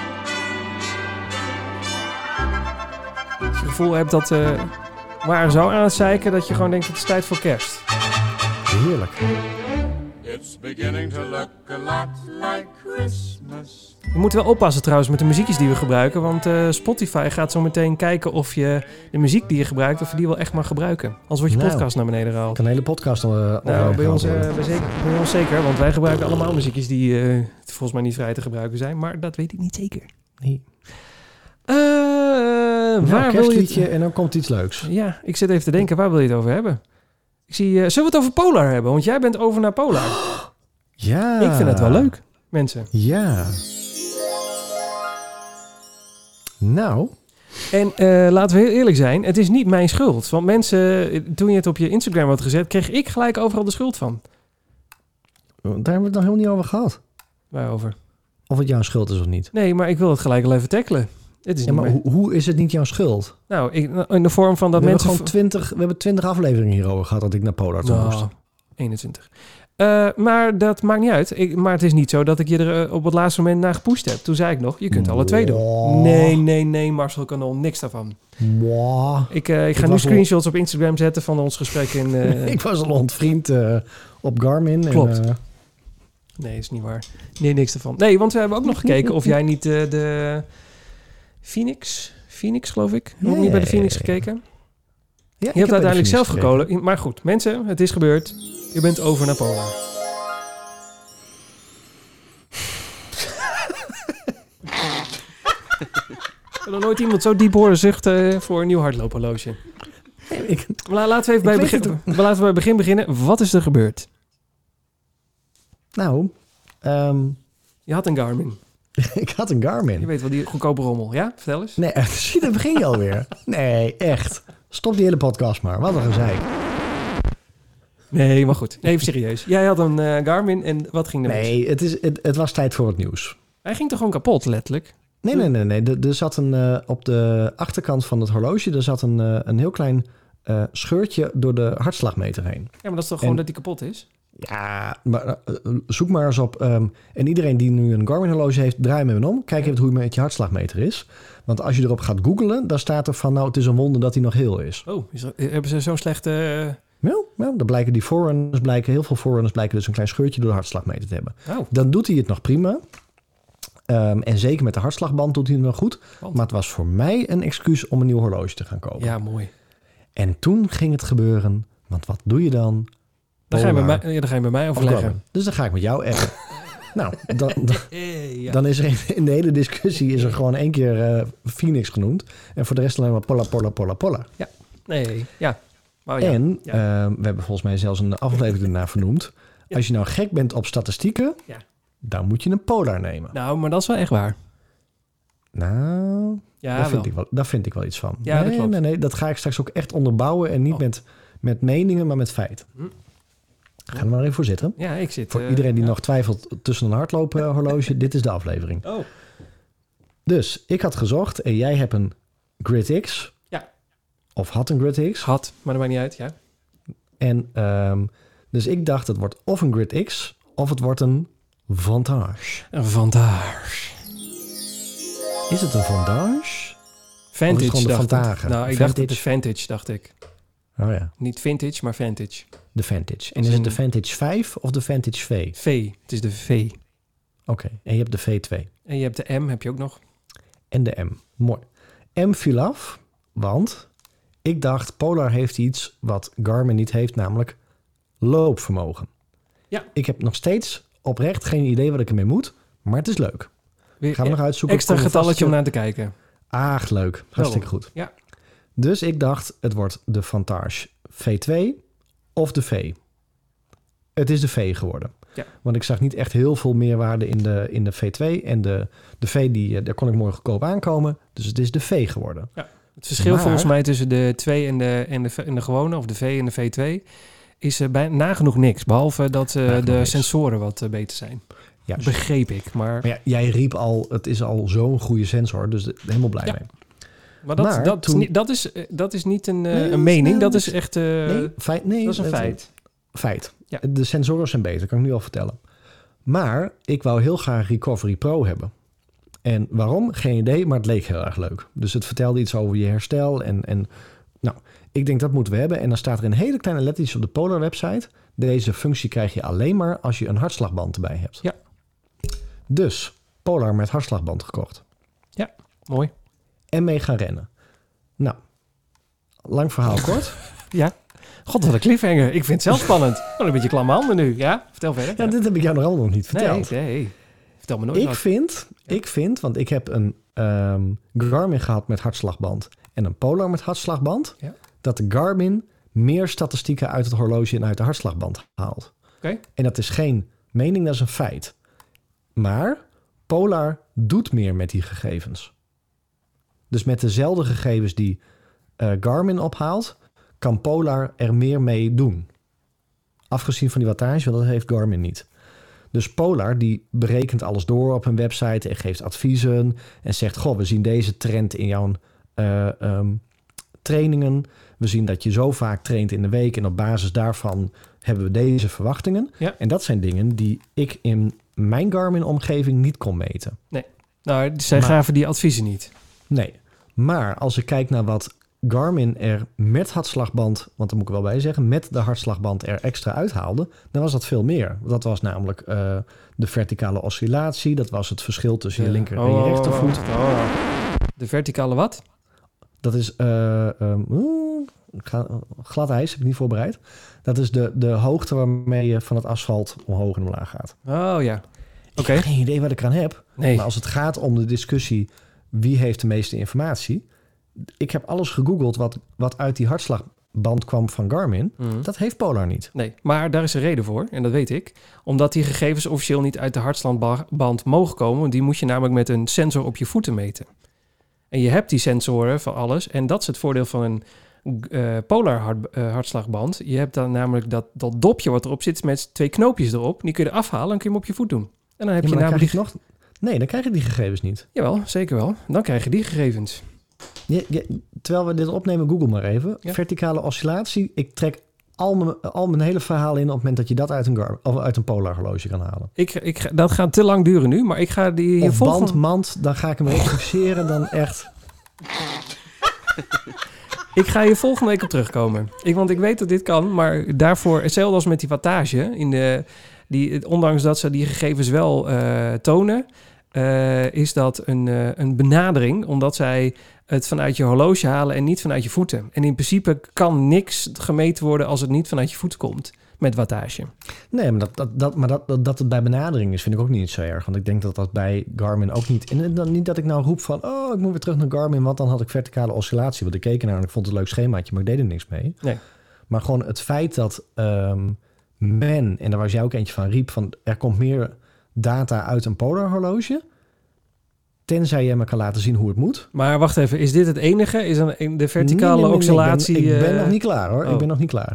Als je het gevoel hebt dat waar zo aan het zeiken, dat je gewoon denkt, het is tijd voor kerst. Heerlijk. It's It's beginning to look a lot like Christmas. We moeten wel oppassen trouwens met de muziekjes die we gebruiken. Want Spotify gaat zo meteen kijken of je de muziek die je gebruikt, of je die wel echt mag gebruiken. Anders wordt je podcast naar beneden gehaald. Kan een hele podcast Bij ons zeker, want wij gebruiken allemaal muziekjes die volgens mij niet vrij te gebruiken zijn. Maar dat weet ik niet zeker. Nee. Waar wil je het... en dan komt iets leuks. Ja, ik zit even te denken, waar wil je het over hebben? Ik zie, zullen we het over Polar hebben? Want jij bent over naar Polar. Ja. Ik vind het wel leuk, mensen. Ja. Nou. En laten we heel eerlijk zijn, het is niet mijn schuld. Want mensen, toen je het op je Instagram had gezet, kreeg ik gelijk overal de schuld van. Daar hebben we het nog helemaal niet over gehad. Waarover? Of het jouw schuld is of niet. Nee, maar ik wil het gelijk al even tackelen. Het is maar hoe is het niet jouw schuld? Nou, in de vorm van dat mensen... We hebben 20 afleveringen hierover gehad dat ik naar Polar toe moest. 21. Maar dat maakt niet uit. Maar het is niet zo dat ik je er op het laatste moment naar gepusht heb. Toen zei ik nog, je kunt alle twee doen. Nee, Marcel Kanon, niks daarvan. Ik ga nu screenshots op Instagram zetten van ons gesprek in... Ik was al ontvriend op Garmin. Klopt. Nee, is niet waar. Nee, niks daarvan. Nee, want we hebben ook nog gekeken of jij niet de... Phoenix, geloof ik. Heb je niet bij de Phoenix gekeken? Ja, je hebt uiteindelijk zelf gekozen. Maar goed, mensen, het is gebeurd. Je bent over naar Polar. Ik heb nog nooit iemand zo diep horen zuchten voor een nieuw hardloophorloge. Laten we even bij het begin beginnen. Wat is er gebeurd? Nou, je had een Garmin. Ik had een Garmin. Je weet wel, die goedkope rommel. Ja, vertel eens. Nee, zie, daar begin je alweer. Nee, echt. Stop die hele podcast maar. Wat een gezeik. Nee, maar goed. Even serieus. Jij had een Garmin en wat ging er mis? Nee, het was tijd voor het nieuws. Hij ging toch gewoon kapot, letterlijk? Nee. Er zat op de achterkant van het horloge... er zat een heel klein scheurtje door de hartslagmeter heen. Ja, maar dat is toch gewoon dat die kapot is? Ja, maar zoek maar eens op... en iedereen die nu een Garmin horloge heeft, draai hem even om. Kijk even hoe het met je hartslagmeter is. Want als je erop gaat googlen, dan staat er van... nou, het is een wonder dat hij nog heel is. Oh, hebben ze zo'n slechte... Ja, dan blijken die forerunners... heel veel forerunners blijken dus een klein scheurtje door de hartslagmeter te hebben. Oh. Dan doet hij het nog prima. En zeker met de hartslagband doet hij het wel goed. Maar het was voor mij een excuus om een nieuw horloge te gaan kopen. Ja, mooi. En toen ging het gebeuren. Want wat doe je dan? Dan ga je bij mij overleggen. Dus dan ga ik met jou appen. Nou, dan is er in de hele discussie is er gewoon 1 keer Phoenix genoemd. En voor de rest alleen maar Polar. Ja, nee, ja. Oh, ja. En we hebben volgens mij zelfs een aflevering ernaar vernoemd. Ja. Als je nou gek bent op statistieken, dan moet je een Polar nemen. Nou, maar dat is wel echt waar. Nou, daar vind ik wel iets van. Ja, dat klopt. Nee, dat ga ik straks ook echt onderbouwen. En niet met meningen, maar met feiten. Ga er maar even voor zitten. Ja, ik zit... Voor iedereen die nog twijfelt tussen een hardloophorloge, dit is de aflevering. Oh. Dus ik had gezocht en jij hebt een Grid X. Ja. Of had een Grid X. Had, maar dat maakt niet uit, ja. En dus ik dacht, het wordt of een Grid X of het wordt een Vantage. Een Vantage. Is het een Vantage? Vintage, dacht ik. Nou, ik dacht het is Vantage, dacht ik. Oh ja. Niet vintage, maar Vantage. De Vantage. En is het de Vantage 5 of de Vantage V? V. Het is de V. Oké. En je hebt de V2. En je hebt de M, heb je ook nog. En de M. Mooi. M viel af, want ik dacht Polar heeft iets wat Garmin niet heeft, namelijk loopvermogen. Ja. Ik heb nog steeds oprecht geen idee wat ik ermee moet, maar het is leuk. Gaan we nog uitzoeken. Extra getalletje om naar te kijken. Ah, leuk. Hartstikke goed. Ja. Dus ik dacht, het wordt de Vantage V2 of de V. Het is de V geworden. Ja. Want ik zag niet echt heel veel meerwaarde in de V2. En de V, daar kon ik mooi goedkoop aankomen. Dus het is de V geworden. Ja. Het verschil volgens mij tussen de 2 en de gewone, of de V en de V2, is nagenoeg niks. Behalve dat de sensoren wat beter zijn. Juist. Begreep ik. Maar ja, jij riep al, het is al zo'n goede sensor. Dus helemaal blij mee. Maar dat is niet een mening. Dat is echt... feit. Dat is een feit. Feit. Ja. De sensoren zijn beter, kan ik nu al vertellen. Maar ik wou heel graag Recovery Pro hebben. En waarom? Geen idee, maar het leek heel erg leuk. Dus het vertelde iets over je herstel. En nou, ik denk dat moeten we hebben. En dan staat er een hele kleine lettertjes op de Polar website Deze functie krijg je alleen maar als je een hartslagband erbij hebt. Ja. Dus Polar met hartslagband gekocht. Mooi. En mee gaan rennen. Nou, lang verhaal kort. Ja. God, wat een cliffhanger. Ik vind het zelf spannend. Een beetje klamme handen nu. Ja, vertel verder. Ja, dit heb ik jou nog allemaal nog niet verteld. Nee. Vertel me nooit wat. Ik vind, want ik heb een Garmin gehad met hartslagband en een Polar met hartslagband, Ja. dat de Garmin meer statistieken uit het horloge en uit de hartslagband haalt. Oké. En dat is geen mening, dat is een feit. Maar Polar doet meer met die gegevens. Dus met dezelfde gegevens die Garmin ophaalt, kan Polar er meer mee doen. Afgezien van die wattage, want dat heeft Garmin niet. Dus Polar die berekent alles door op een website en geeft adviezen en zegt, goh, we zien deze trend in jouw trainingen. We zien dat je zo vaak traint in de week en op basis daarvan hebben we deze verwachtingen. Ja. En dat zijn dingen die ik in mijn Garmin-omgeving niet kon meten. Nou, zij gaven die adviezen niet. Nee, maar als ik kijk naar wat Garmin er met hartslagband, want daar moet ik wel bij zeggen, met de hartslagband er extra uithaalde, dan was dat veel meer. Dat was namelijk de verticale oscillatie, dat was het verschil tussen je linker en je rechtervoet. De verticale wat? Dat is glad ijs, heb ik niet voorbereid. Dat is de hoogte waarmee je van het asfalt omhoog en omlaag gaat. Oh ja. Ik heb geen idee wat ik aan heb. Nee. Maar als het gaat om de discussie wie heeft de meeste informatie, ik heb alles gegoogeld wat uit die hartslagband kwam van Garmin. Dat heeft Polar niet. Nee, maar daar is een reden voor, en dat weet ik. Omdat die gegevens officieel niet uit de hartslagband mogen komen, want die moet je namelijk met een sensor op je voeten meten. En je hebt die sensoren van alles, en dat is het voordeel van een Polar hartslagband. Je hebt dan namelijk dat dopje wat erop zit met 2 knoopjes erop. Die kun je er afhalen en kun je hem op je voet doen. En dan heb je namelijk Nee, dan krijg je die gegevens niet. Jawel, zeker wel. Dan krijg je die gegevens. Terwijl we dit opnemen, Google maar even. Ja. Verticale oscillatie. Ik trek al mijn hele verhaal in op het moment dat je dat uit een Polar horloge kan halen. Dat gaat te lang duren nu, maar ik ga die Of volgende... mand, dan ga ik hem rectificeren dan echt. Ik ga hier volgende week op terugkomen. Want ik weet dat dit kan, maar daarvoor, hetzelfde als met die wattage, ondanks dat ze die gegevens wel tonen, is dat een benadering, omdat zij het vanuit je horloge halen en niet vanuit je voeten. En in principe kan niks gemeten worden als het niet vanuit je voeten komt met wattage. Nee, maar dat het bij benadering is, vind ik ook niet zo erg. Want ik denk dat dat bij Garmin ook niet. En dan niet dat ik nou roep van, ik moet weer terug naar Garmin, want dan had ik verticale oscillatie. Want ik keek ernaar en ik vond het een leuk schemaatje, maar ik deed er niks mee. Nee. Maar gewoon het feit dat men, en daar was jij ook eentje van, riep van, er komt meer data uit een Polar horloge, tenzij je me kan laten zien hoe het moet. Maar wacht even, is dit het enige? Is dan de verticale oscillatie... Ik ben nog niet klaar hoor. Oh. Ik ben nog niet klaar.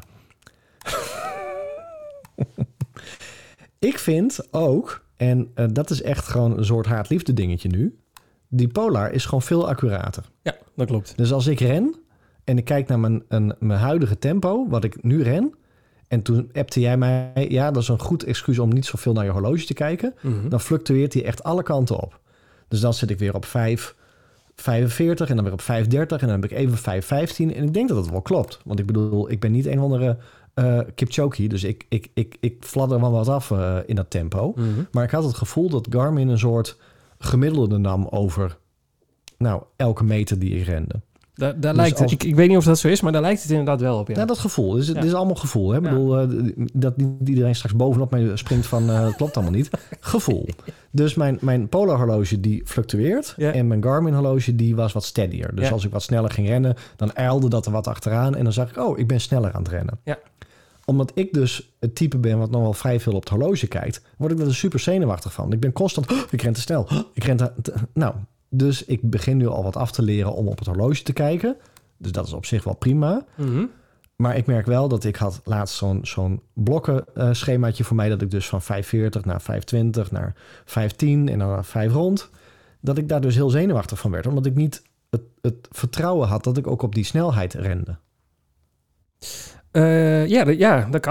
Ik vind ook, en dat is echt gewoon een soort haat-liefde dingetje nu, die Polar is gewoon veel accurater. Ja, dat klopt. Dus als ik ren en ik kijk naar mijn huidige tempo, wat ik nu ren, en toen appte jij mij, ja, dat is een goed excuus om niet zoveel naar je horloge te kijken, dan fluctueert hij echt alle kanten op. Dus dan zit ik weer op 5,45 en dan weer op 5,30 en dan heb ik even 5,15 en ik denk dat het wel klopt. Want ik bedoel, ik ben niet een of andere Kipchoge, dus ik fladder wel wat af in dat tempo. Maar ik had het gevoel dat Garmin een soort gemiddelde nam over elke meter die ik rende. Daar Dus lijkt het, ik weet niet of dat zo is, maar daar lijkt het inderdaad wel op. Ja, dat gevoel. Dus het is allemaal gevoel. Hè? Ik bedoel, dat niet iedereen straks bovenop mij springt van, dat klopt allemaal niet. Gevoel. Dus mijn Polar horloge die fluctueert en mijn Garmin horloge die was wat steadier. Dus als ik wat sneller ging rennen, dan ijlde dat er wat achteraan en dan zag ik, ik ben sneller aan het rennen. Ja. Omdat ik dus het type ben wat nog wel vrij veel op het horloge kijkt, word ik er super zenuwachtig van. Ik ben constant, ik ren te snel. Dus ik begin nu al wat af te leren om op het horloge te kijken. Dus dat is op zich wel prima. Maar ik merk wel dat ik had laatst zo'n blokken schemaatje voor mij, dat ik dus van 5,40 naar 5,20 naar 5,10 en dan naar 5 rond. Dat ik daar dus heel zenuwachtig van werd. Omdat ik niet het vertrouwen had dat ik ook op die snelheid rende. Dat kan.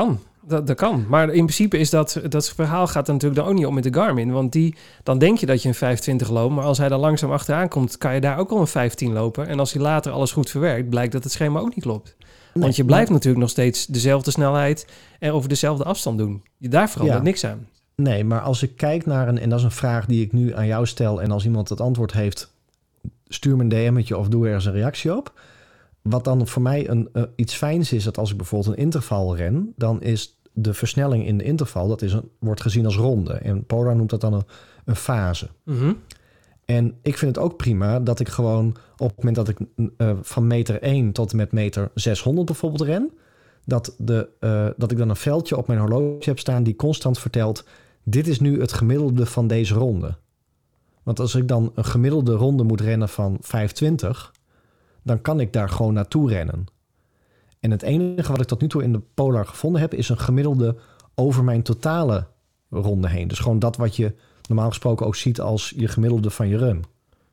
Dat kan. Maar in principe is dat verhaal gaat natuurlijk dan ook niet om met de Garmin. Want dan denk je dat je een 5:20 loopt. Maar als hij dan langzaam achteraan komt, kan je daar ook al een 5:10 lopen. En als hij later alles goed verwerkt, blijkt dat het schema ook niet klopt. Want je blijft natuurlijk nog steeds dezelfde snelheid en over dezelfde afstand doen. Daar verandert niks aan. Nee, maar als ik kijk naar en dat is een vraag die ik nu aan jou stel. En als iemand het antwoord heeft, stuur me een DM'tje of doe ergens een reactie op. Wat dan voor mij iets fijns is, dat als ik bijvoorbeeld een interval ren, dan is de versnelling in de interval, wordt gezien als ronde. En Polar noemt dat dan een fase. Mm-hmm. En ik vind het ook prima dat ik gewoon op het moment dat ik van meter 1 tot en met meter 600 bijvoorbeeld ren, dat ik dan een veldje op mijn horloge heb staan die constant vertelt, dit is nu het gemiddelde van deze ronde. Want als ik dan een gemiddelde ronde moet rennen van 5:20, dan kan ik daar gewoon naartoe rennen. En het enige wat ik tot nu toe in de Polar gevonden heb, is een gemiddelde over mijn totale ronde heen. Dus gewoon dat wat je normaal gesproken ook ziet als je gemiddelde van je run.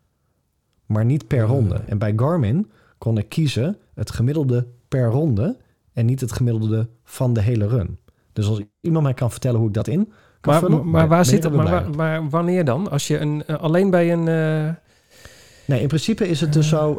Maar niet per ronde. En bij Garmin kon ik kiezen het gemiddelde per ronde en niet het gemiddelde van de hele run. Dus als iemand mij kan vertellen hoe ik dat in kan vullen... Maar waar zit het? Maar wanneer dan? Als je alleen bij een... Nee, in principe is het dus zo...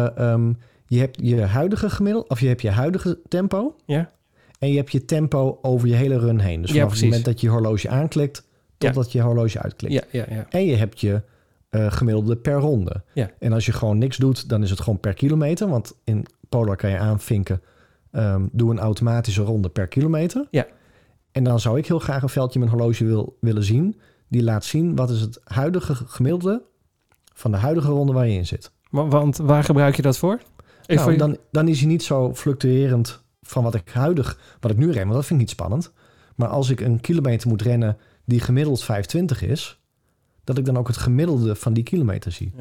je hebt je huidige gemiddelde, of je hebt je huidige tempo. Ja. En je hebt je tempo over je hele run heen. Dus vanaf het moment dat je horloge aanklikt, totdat je horloge uitklikt. Ja. En je hebt je gemiddelde per ronde. Ja. En als je gewoon niks doet, dan is het gewoon per kilometer. Want in Polar kan je aanvinken, doe een automatische ronde per kilometer. Ja. En dan zou ik heel graag een veldje met een horloge willen zien, die laat zien wat is het huidige gemiddelde van de huidige ronde waar je in zit. Want waar gebruik je dat voor? Dan is hij niet zo fluctuerend van wat ik nu ren, want dat vind ik niet spannend. Maar als ik een kilometer moet rennen die gemiddeld 5:20 is, dat ik dan ook het gemiddelde van die kilometer zie.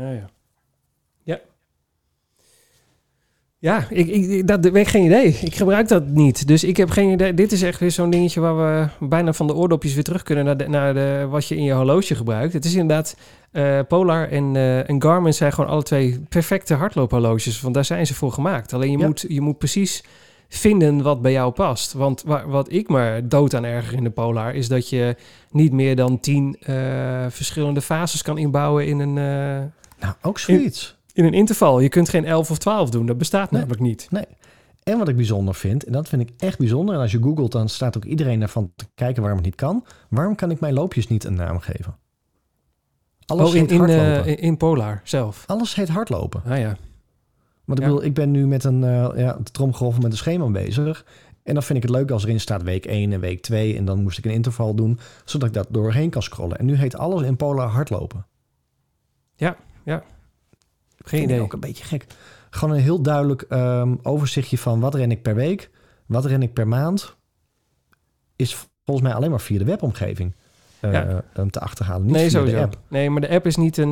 Ja, dat heb ik geen idee. Ik gebruik dat niet. Dus ik heb geen idee. Dit is echt weer zo'n dingetje waar we bijna van de oordopjes weer terug kunnen naar wat je in je horloge gebruikt. Het is inderdaad, Polar en Garmin zijn gewoon alle twee perfecte hardloophorloges. Want daar zijn ze voor gemaakt. Alleen je moet precies vinden wat bij jou past. Want wat ik me dood aan erger in de Polar is dat je niet meer dan 10 verschillende fases kan inbouwen in een... ook zoiets. In een interval. Je kunt geen 11 of 12 doen. Dat bestaat namelijk niet. Nee. En wat ik bijzonder vind, en dat vind ik echt bijzonder, en als je googelt, dan staat ook iedereen ervan te kijken waarom het niet kan. Waarom kan ik mijn loopjes niet een naam geven? Alles heet hardlopen. In Polar zelf? Alles heet hardlopen. Ah ja. Want ik bedoel, ik ben nu met de tromgeroffel met een schema bezig. En dan vind ik het leuk als erin staat week 1 en week 2. En dan moest ik een interval doen, zodat ik dat doorheen kan scrollen. En nu heet alles in Polar hardlopen. Ja. Geen idee. Ook een beetje gek. Gewoon een heel duidelijk overzichtje van wat ren ik per week, wat ren ik per maand. Is volgens mij alleen maar via de webomgeving te achterhalen. Niet via de app. Nee, maar de app is niet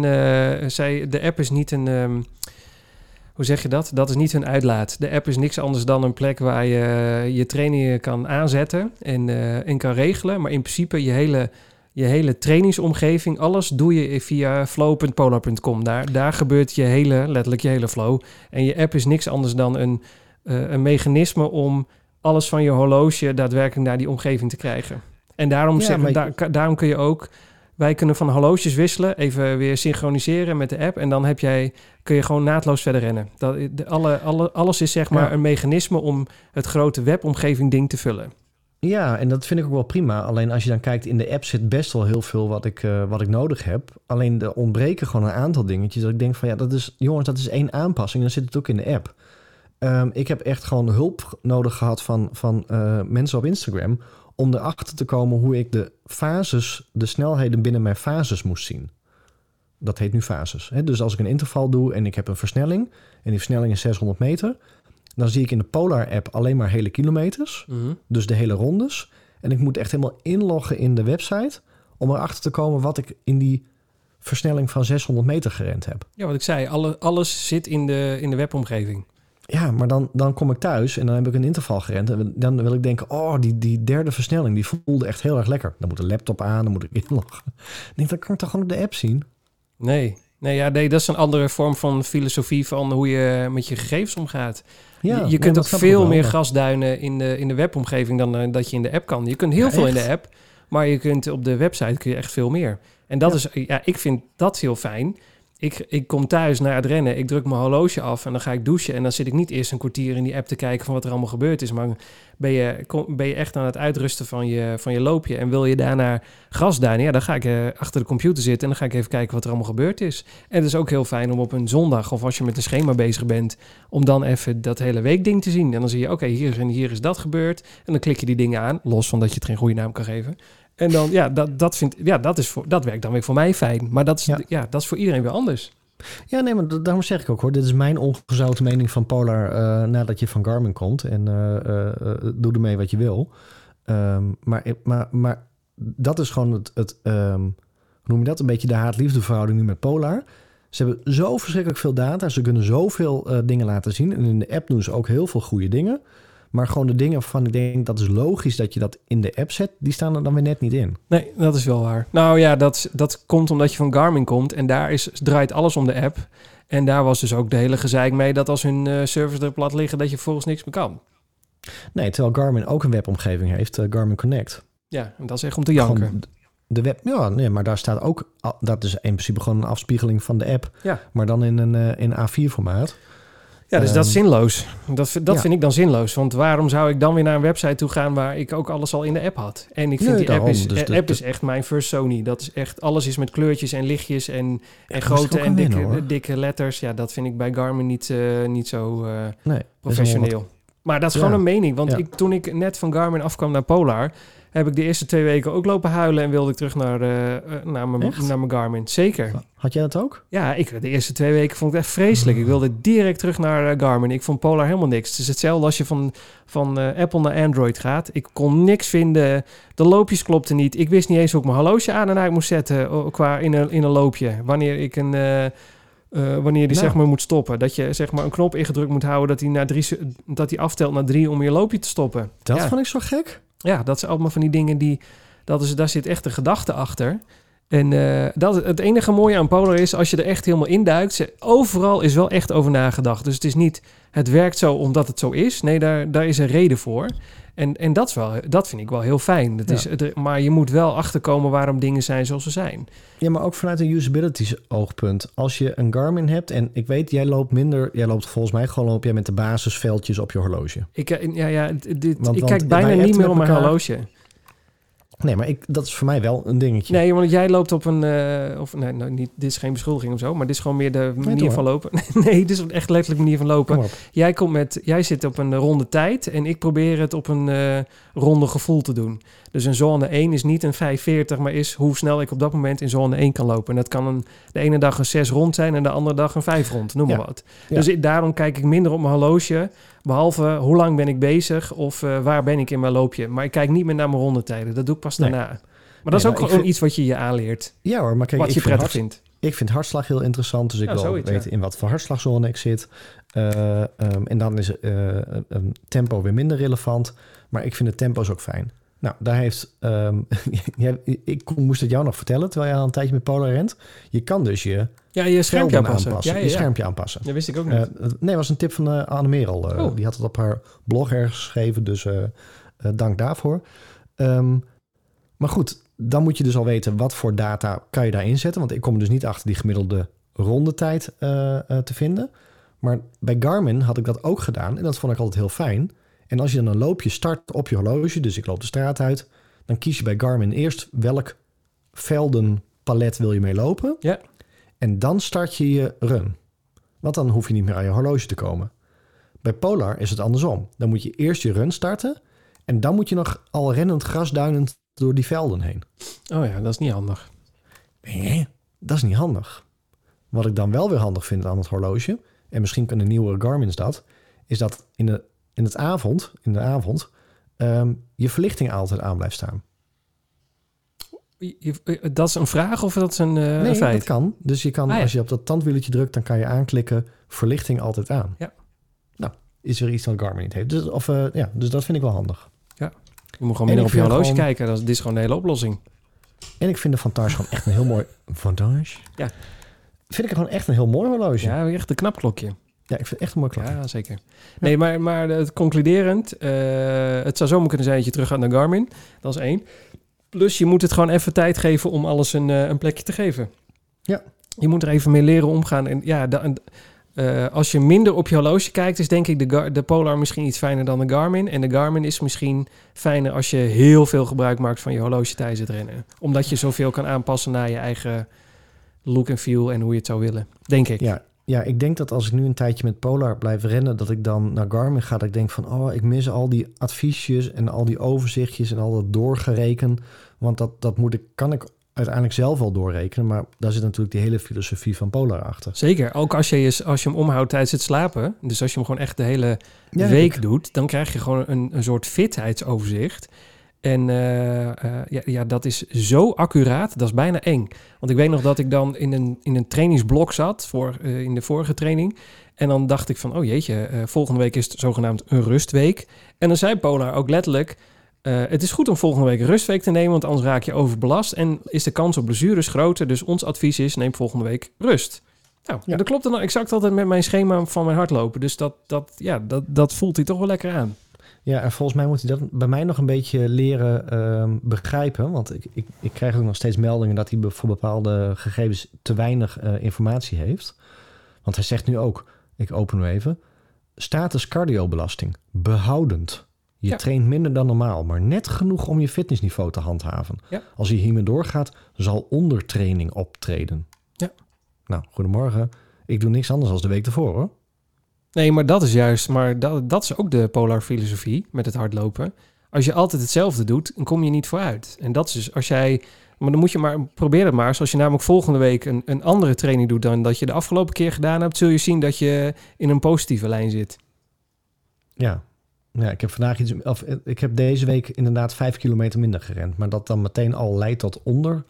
een... hoe zeg je dat? Dat is niet hun uitlaat. De app is niks anders dan een plek waar je je trainingen kan aanzetten en kan regelen. Maar in principe je hele trainingsomgeving, alles doe je via flow.polar.com. Daar gebeurt letterlijk je hele flow. En je app is niks anders dan een mechanisme om alles van je horloge daadwerkelijk naar die omgeving te krijgen. En daarom kun je ook... Wij kunnen van horloges wisselen, even weer synchroniseren met de app. En dan kun je gewoon naadloos verder rennen. Alles is zeg maar een mechanisme om het grote webomgeving ding te vullen. Ja, en dat vind ik ook wel prima. Alleen als je dan kijkt, in de app zit best wel heel veel wat ik nodig heb. Alleen er ontbreken gewoon een aantal dingetjes. Dat ik denk van dat is één aanpassing. Dan zit het ook in de app. Ik heb echt gewoon hulp nodig gehad van mensen op Instagram om erachter te komen hoe ik de snelheden binnen mijn fases moest zien. Dat heet nu fases. Hè? Dus als ik een interval doe en ik heb een versnelling, en die versnelling is 600 meter, dan zie ik in de Polar-app alleen maar hele kilometers, dus de hele rondes. En ik moet echt helemaal inloggen in de website om erachter te komen wat ik in die versnelling van 600 meter gerend heb. Ja, wat ik zei, alles zit in de webomgeving. Ja, maar dan kom ik thuis en dan heb ik een interval gerend. En dan wil ik denken, die derde versnelling, die voelde echt heel erg lekker. Dan moet de laptop aan, dan moet ik inloggen. Ik denk, dat kan ik toch gewoon op de app zien? Nee, Nee, dat is een andere vorm van filosofie van hoe je met je gegevens omgaat. Je kunt dat ook snap ik veel wel, meer maar- grasduinen in de webomgeving dan dat je in de app kan. Je kunt heel veel in de echt? app, maar je kunt op de website kun je echt veel meer. En dat ik vind dat heel fijn. Ik kom thuis na het rennen, ik druk mijn horloge af en dan ga ik douchen. En dan zit ik niet eerst een kwartier in die app te kijken van wat er allemaal gebeurd is. Maar ben je echt aan het uitrusten van je loopje en wil je daarna grasduinen, ja, dan ga ik achter de computer zitten en dan ga ik even kijken wat er allemaal gebeurd is. En het is ook heel fijn om op een zondag of als je met een schema bezig bent, om dan even dat hele weekding te zien. En dan zie je, oké, hier is dat gebeurd. En dan klik je die dingen aan, los van dat je het geen goede naam kan geven. En dan, dat werkt dan weer voor mij fijn. Maar dat is voor iedereen weer anders. Ja, nee, maar daarom zeg ik ook hoor. Dit is mijn ongezouten mening van Polar nadat je van Garmin komt. En doe ermee wat je wil. Maar dat is gewoon hoe noem je dat? Een beetje de haat-liefde verhouding nu met Polar. Ze hebben zo verschrikkelijk veel data. Ze kunnen zoveel dingen laten zien. En in de app doen ze ook heel veel goede dingen. Maar gewoon de dingen waarvan ik denk, dat is logisch dat je dat in de app zet, die staan er dan weer net niet in. Nee, dat is wel waar. Nou ja, dat komt omdat je van Garmin komt en daar draait alles om de app. En daar was dus ook de hele gezeik mee dat als hun servers er plat liggen, dat je volgens niks meer kan. Nee, terwijl Garmin ook een webomgeving heeft, Garmin Connect. Ja, en dat is echt om te janken. Gewoon de web, ja, nee, maar daar staat ook, dat is in principe gewoon een afspiegeling van de app, Ja. maar dan in A4-formaat. Ja, dus dat is zinloos. Dat vind ik dan zinloos. Want waarom zou ik dan weer naar een website toe gaan waar ik ook alles al in de app had? En ik vind die daarom. app is echt mijn first Sony. Dat is echt, alles is met kleurtjes en lichtjes en dat grote is ook en een win, hoor. dikke letters. Ja, dat vind ik bij Garmin niet zo Nee, professioneel. Maar dat is gewoon een mening. Want toen ik net van Garmin afkwam naar Polar, heb ik de eerste 2 weken ook lopen huilen en wilde ik terug naar mijn Garmin. Zeker. Had jij dat ook? Ja, de eerste 2 weken vond ik het echt vreselijk. Ik wilde direct terug naar Garmin. Ik vond Polar helemaal niks. Het is hetzelfde als je van Apple naar Android gaat. Ik kon niks vinden. De loopjes klopten niet. Ik wist niet eens hoe ik mijn horloge aan en uit moest zetten in een loopje. Wanneer die zeg maar moet stoppen. Dat je zeg maar een knop ingedrukt moet houden dat hij aftelt naar 3 om je loopje te stoppen. Dat vond ik zo gek. Ja, dat zijn allemaal van die dingen daar zit echt een gedachte achter. En het enige mooie aan Polar is, als je er echt helemaal induikt, overal is wel echt over nagedacht. Dus het is niet, het werkt zo omdat het zo is. Nee, daar is een reden voor. En dat vind ik wel heel fijn. Maar je moet wel achterkomen waarom dingen zijn zoals ze zijn. Ja, maar ook vanuit een usability oogpunt. Als je een Garmin hebt en ik weet, jij loopt volgens mij gewoon loop jij met de basisveldjes op je horloge. Ik kijk bijna niet meer op mijn horloge. Nee, maar dat is voor mij wel een dingetje. Nee, want jij loopt op een... dit is geen beschuldiging of zo, maar dit is gewoon meer de manier van lopen. Nee, dit is echt letterlijk manier van lopen. Jij zit op een ronde tijd en ik probeer het op een ronde gevoel te doen. Dus een zone 1 is niet een 5:40, maar is hoe snel ik op dat moment in zone 1 kan lopen. En dat kan de ene dag een 6 rond zijn en de andere dag een 5 rond, noem maar wat. Ja. Dus daarom kijk ik minder op mijn horloge, behalve hoe lang ben ik bezig of waar ben ik in mijn loopje. Maar ik kijk niet meer naar mijn rondetijden, dat doe ik pas daarna. Maar dat is ook gewoon iets wat je aanleert. Ja hoor, maar kijk, wat je prettig vindt. Ik vind hartslag heel interessant, dus ik wil weten in wat voor hartslagzone ik zit. En dan is tempo weer minder relevant, maar ik vind de tempo's ook fijn. Nou, daar heeft... ik moest het jou nog vertellen, terwijl je al een tijdje met Polar rent. Je kan dus je schermpje aanpassen. Je schermpje aanpassen. Dat wist ik ook niet. Nee, was een tip van Anne Merel. Die had het op haar blog ergens geschreven, dus dank daarvoor. Maar goed, dan moet je dus al weten wat voor data kan je daarin zetten. Want ik kom er dus niet achter die gemiddelde rondetijd te vinden. Maar bij Garmin had ik dat ook gedaan en dat vond ik altijd heel fijn. En als je dan een loopje start op je horloge, dus ik loop de straat uit, dan kies je bij Garmin eerst welk veldenpalet wil je mee lopen. Ja. En dan start je je run. Want dan hoef je niet meer aan je horloge te komen. Bij Polar is het andersom. Dan moet je eerst je run starten en dan moet je nog al rennend grasduinend door die velden heen. Oh ja, dat is niet handig. Nee, dat is niet handig. Wat ik dan wel weer handig vind aan het horloge, en misschien kunnen nieuwe Garmin's dat, is dat in de avond je verlichting altijd aan blijft staan. Dat is een vraag of dat is een nee, feit? dat kan. Dus je kan, als je op dat tandwieletje drukt, dan kan je aanklikken verlichting altijd aan. Ja. Nou, is er iets wat Garmin niet heeft. Dus dat vind ik wel handig. Ja. Je moet gewoon minder op je horloge kijken. Dit is gewoon de hele oplossing. En ik vind de Vantage gewoon echt een heel mooi... Vantage? Ja. vind ik gewoon echt een heel mooi horloge. Ja, echt een knap klokje. Ja, ik vind het echt een mooi klokje. Ja, zeker. Nee, maar het concluderend, het zou zomaar kunnen zijn dat je terug gaat naar Garmin. Dat is 1. Plus je moet het gewoon even tijd geven om alles een plekje te geven. Ja. Je moet er even mee leren omgaan. En ja, als je minder op je horloge kijkt, is denk ik de Polar misschien iets fijner dan de Garmin. En de Garmin is misschien fijner als je heel veel gebruik maakt van je horloge tijdens het rennen. Omdat je zoveel kan aanpassen naar je eigen look en feel en hoe je het zou willen. Denk ik. Ja, ik denk dat als ik nu een tijdje met Polar blijf rennen, dat ik dan naar Garmin ga. Dat ik denk van, ik mis al die adviesjes en al die overzichtjes en al dat doorgereken. Want dat kan ik uiteindelijk zelf wel doorrekenen. Maar daar zit natuurlijk die hele filosofie van Polar achter. Zeker. Ook als je hem omhoudt tijdens het slapen. Dus als je hem gewoon echt de hele week doet, dan krijg je gewoon een soort fitheidsoverzicht. En dat is zo accuraat, dat is bijna eng. Want ik weet nog dat ik dan in een trainingsblok zat in de vorige training. En dan dacht ik van, oh jeetje, volgende week is het zogenaamd een rustweek. En dan zei Polar ook letterlijk, het is goed om volgende week een rustweek te nemen, want anders raak je overbelast en is de kans op blessures groter. Dus ons advies is, neem volgende week rust. Nou, dat klopt dan exact altijd met mijn schema van mijn hardlopen. Dus dat voelt hij toch wel lekker aan. Ja, en volgens mij moet hij dat bij mij nog een beetje leren begrijpen. Want ik krijg ook nog steeds meldingen dat hij voor bepaalde gegevens te weinig informatie heeft. Want hij zegt nu ook, ik open hem even, status cardiobelasting, behoudend. Je traint minder dan normaal, maar net genoeg om je fitnessniveau te handhaven. Ja. Als je hiermee doorgaat, zal ondertraining optreden. Ja. Nou, goedemorgen. Ik doe niks anders dan de week ervoor, hoor. Nee, maar dat is juist, dat is ook de Polar filosofie met het hardlopen. Als je altijd hetzelfde doet, dan kom je niet vooruit. En dat is dus maar dan moet je maar, probeer het maar eens. Als je namelijk volgende week een andere training doet dan dat je de afgelopen keer gedaan hebt, zul je zien dat je in een positieve lijn zit. Ja, ik heb vandaag ik heb deze week inderdaad 5 kilometer minder gerend. Maar dat dan meteen al leidt tot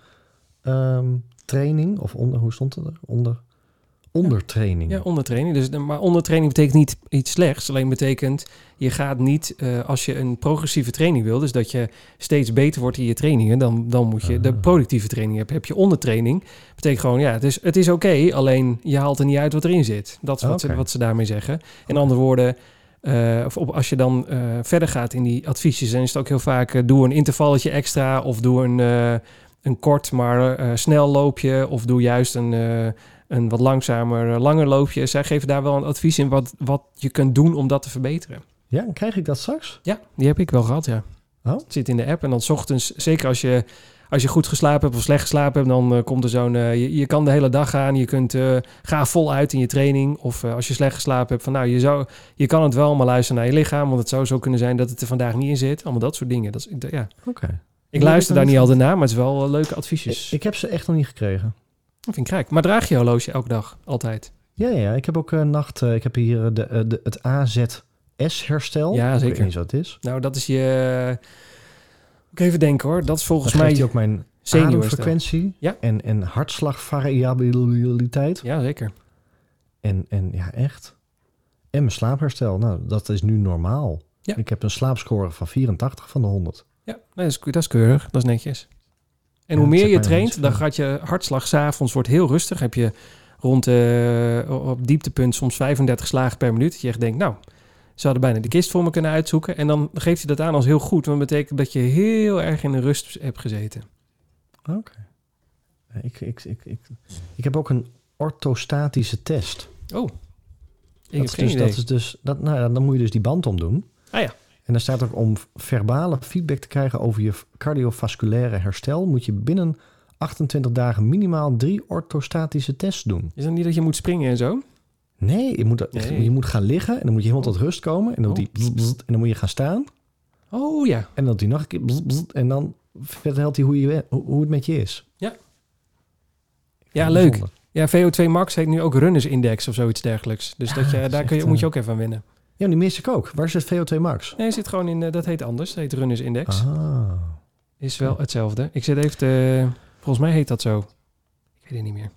training of hoe stond het er? Ondertraining. Ja, ondertraining. Dus, maar ondertraining betekent niet iets slechts. Alleen betekent, je gaat niet, als je een progressieve training wil, dus dat je steeds beter wordt in je trainingen, dan moet je de productieve training hebben. Heb je ondertraining, betekent gewoon, het is oké, alleen je haalt er niet uit wat erin zit. Dat is wat ze daarmee zeggen. In andere woorden, als je dan verder gaat in die adviesjes, dan is het ook heel vaak, doe een intervalletje extra, of doe een kort maar snel loopje, of doe juist een wat langzamer, langer loopje. Zij geven daar wel een advies in wat je kunt doen om dat te verbeteren. Ja, krijg ik dat straks? Ja, die heb ik wel gehad, ja. Oh? Het zit in de app en dan 's ochtends, zeker als je goed geslapen hebt of slecht geslapen hebt, dan komt er zo'n, je kan de hele dag gaan, je kunt, ga voluit in je training. Of als je slecht geslapen hebt, van je kan het wel, maar luister naar je lichaam, want het zou zo kunnen zijn dat het er vandaag niet in zit. Allemaal dat soort dingen. Oké. Ik luister daar niet altijd naar, maar het is wel leuke adviesjes. Ik heb ze echt nog niet gekregen. Dat vind ik rijk. Maar draag je horloge elke dag? Altijd? Ja. Ik heb ook ik heb hier het AZS-herstel. Ja, zeker. Ik weet niet wat het is. Nou, dat is je... Ik even denken hoor. Dat is volgens mij... Geeft ook mijn ademfrequentie en hartslagvariabiliteit. Ja, zeker. En ja, echt. En mijn slaapherstel. Nou, dat is nu normaal. Ja. Ik heb een slaapscore van 84 van de 100. Ja, dat is keurig. Dat is netjes. En hoe meer je traint, dan gaat je hartslag 's avonds wordt heel rustig. Heb je rond op dieptepunt soms 35 slagen per minuut. Dat je echt denkt, nou, ze hadden bijna de kist voor me kunnen uitzoeken. En dan geeft hij dat aan als heel goed. Want dat betekent dat je heel erg in de rust hebt gezeten. Oké. Ik heb ook een orthostatische test. Oh, ik heb geen idee. Dat is dus, dan moet je dus die band omdoen. Ah ja. En dan staat ook om verbale feedback te krijgen over je cardiovasculaire herstel, moet je binnen 28 dagen minimaal 3 orthostatische tests doen. Is dat niet dat je moet springen en zo? Nee, je moet gaan liggen en dan moet je helemaal tot rust komen. En dan, en dan moet je gaan staan. Oh ja. En dan doet hij nog een keer en dan vertelt hij hoe het met je is. Ja. Ja, leuk. Bijzonder. Ja, VO2 Max heet nu ook Runners Index of zoiets dergelijks. Dus moet je ook even aan winnen. Ja, die mis ik ook. Waar is het VO2 Max? Nee, zit gewoon in, dat heet anders. Dat heet Runners Index. Is wel hetzelfde. Ik zit even volgens mij heet dat zo. Ik weet het niet meer.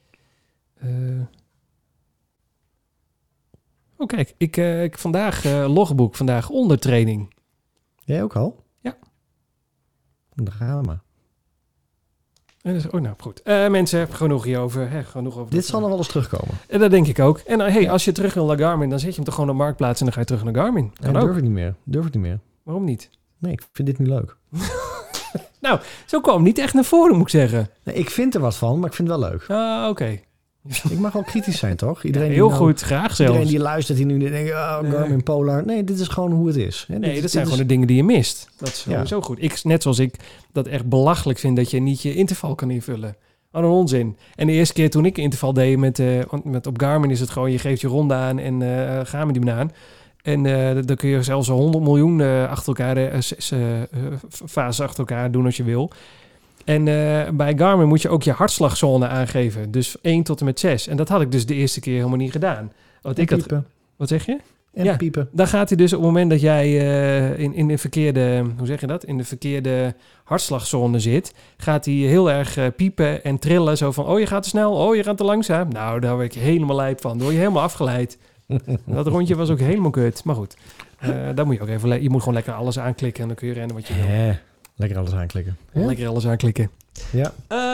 Kijk. Ik vandaag logboek. Vandaag ondertraining. Jij ook al? Ja. Dan gaan we maar. Nou goed. Mensen, genoeg hierover. Genoeg over Dit zal nog wel eens terugkomen. En dat denk ik ook. En als je terug wil naar Garmin, dan zet je hem toch gewoon op Marktplaats en dan ga je terug naar Garmin. Kan Nee, ook. durf ik niet meer. Waarom niet? Nee, ik vind dit niet leuk. Nou, zo kwam het niet echt naar voren, moet ik zeggen. Nee, ik vind er wat van, maar ik vind het wel leuk. Oké. Ik mag wel kritisch zijn, toch? Iedereen Heel die goed, graag zelfs. Iedereen die luistert, die nu denkt, Garmin Polar. Nee, dit is gewoon hoe het is. Hè? Nee, dat zijn gewoon de dingen die je mist. Dat is Ja. sowieso goed. Net zoals ik dat echt belachelijk vind dat je niet je interval kan invullen. Wat een onzin. En de eerste keer toen ik interval deed met op Garmin is het gewoon, je geeft je ronde aan en ga met die aan. En dan kun je zelfs 100 miljoen achter elkaar, fases achter elkaar doen als je wil. En bij Garmin moet je ook je hartslagzone aangeven. Dus 1 tot en met 6. En dat had ik dus de eerste keer helemaal niet gedaan. Piepen. Wat zeg je? En Ja. piepen. Dan gaat hij dus op het moment dat jij in de verkeerde, hoe zeg je dat? In de verkeerde hartslagzone zit, gaat hij heel erg piepen en trillen. Zo van, je gaat te snel, je gaat te langzaam. Nou, daar word ik helemaal lijp van. Dan word je helemaal afgeleid. Dat rondje was ook helemaal kut. Maar goed, daar moet je ook even, je moet gewoon lekker alles aanklikken en dan kun je rennen wat je wil. Lekker alles aanklikken. Lekker alles aanklikken. Ja.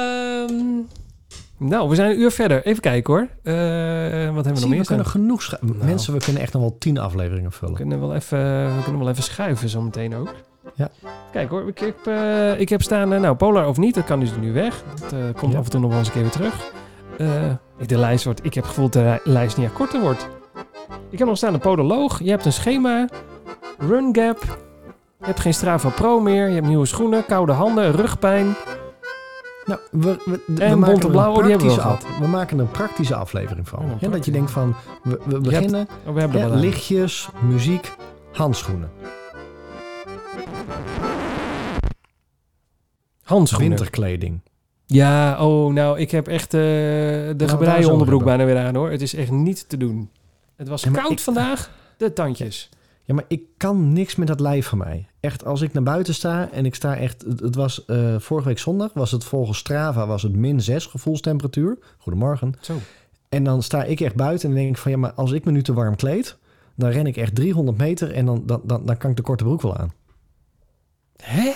Nou, we zijn een uur verder. Even kijken hoor. Wat hebben we nog meer We kunnen staan? genoeg mensen, we kunnen echt nog wel 10 afleveringen vullen. We kunnen wel even schuiven zo meteen ook. Ja. Kijk hoor, ik heb staan, Polar of niet, dat kan dus nu weg. Dat komt af en toe nog wel eens een keer weer terug. Ik heb het gevoel dat de lijst niet korter wordt. Ik heb nog staan een podoloog, je hebt een schema, run gap, je hebt geen Strava Pro meer, je hebt nieuwe schoenen, koude handen, rugpijn. Nou, En Bonte Blauw, die hebben we al gehad. We maken een praktische aflevering van. Oh, Dat je denkt van, we beginnen, We hebben er wat aan. lichtjes, muziek, handschoenen. Handschoenen. Winterkleding. Ja, ik heb echt de daar gebreide zo onderbroek hebben. bijna weer aan hoor. Het is echt niet te doen. Het was Ja, maar koud vandaag, de tandjes. Ja, maar ik kan niks met dat lijf van mij. Echt, als ik naar buiten sta en ik sta echt... Het was vorige week zondag, was het volgens Strava was het -6 gevoelstemperatuur. Goedemorgen. Zo. En dan sta ik echt buiten en dan denk ik van... Ja, maar als ik me nu te warm kleed, dan ren ik echt 300 meter en dan kan ik de korte broek wel aan. Hè?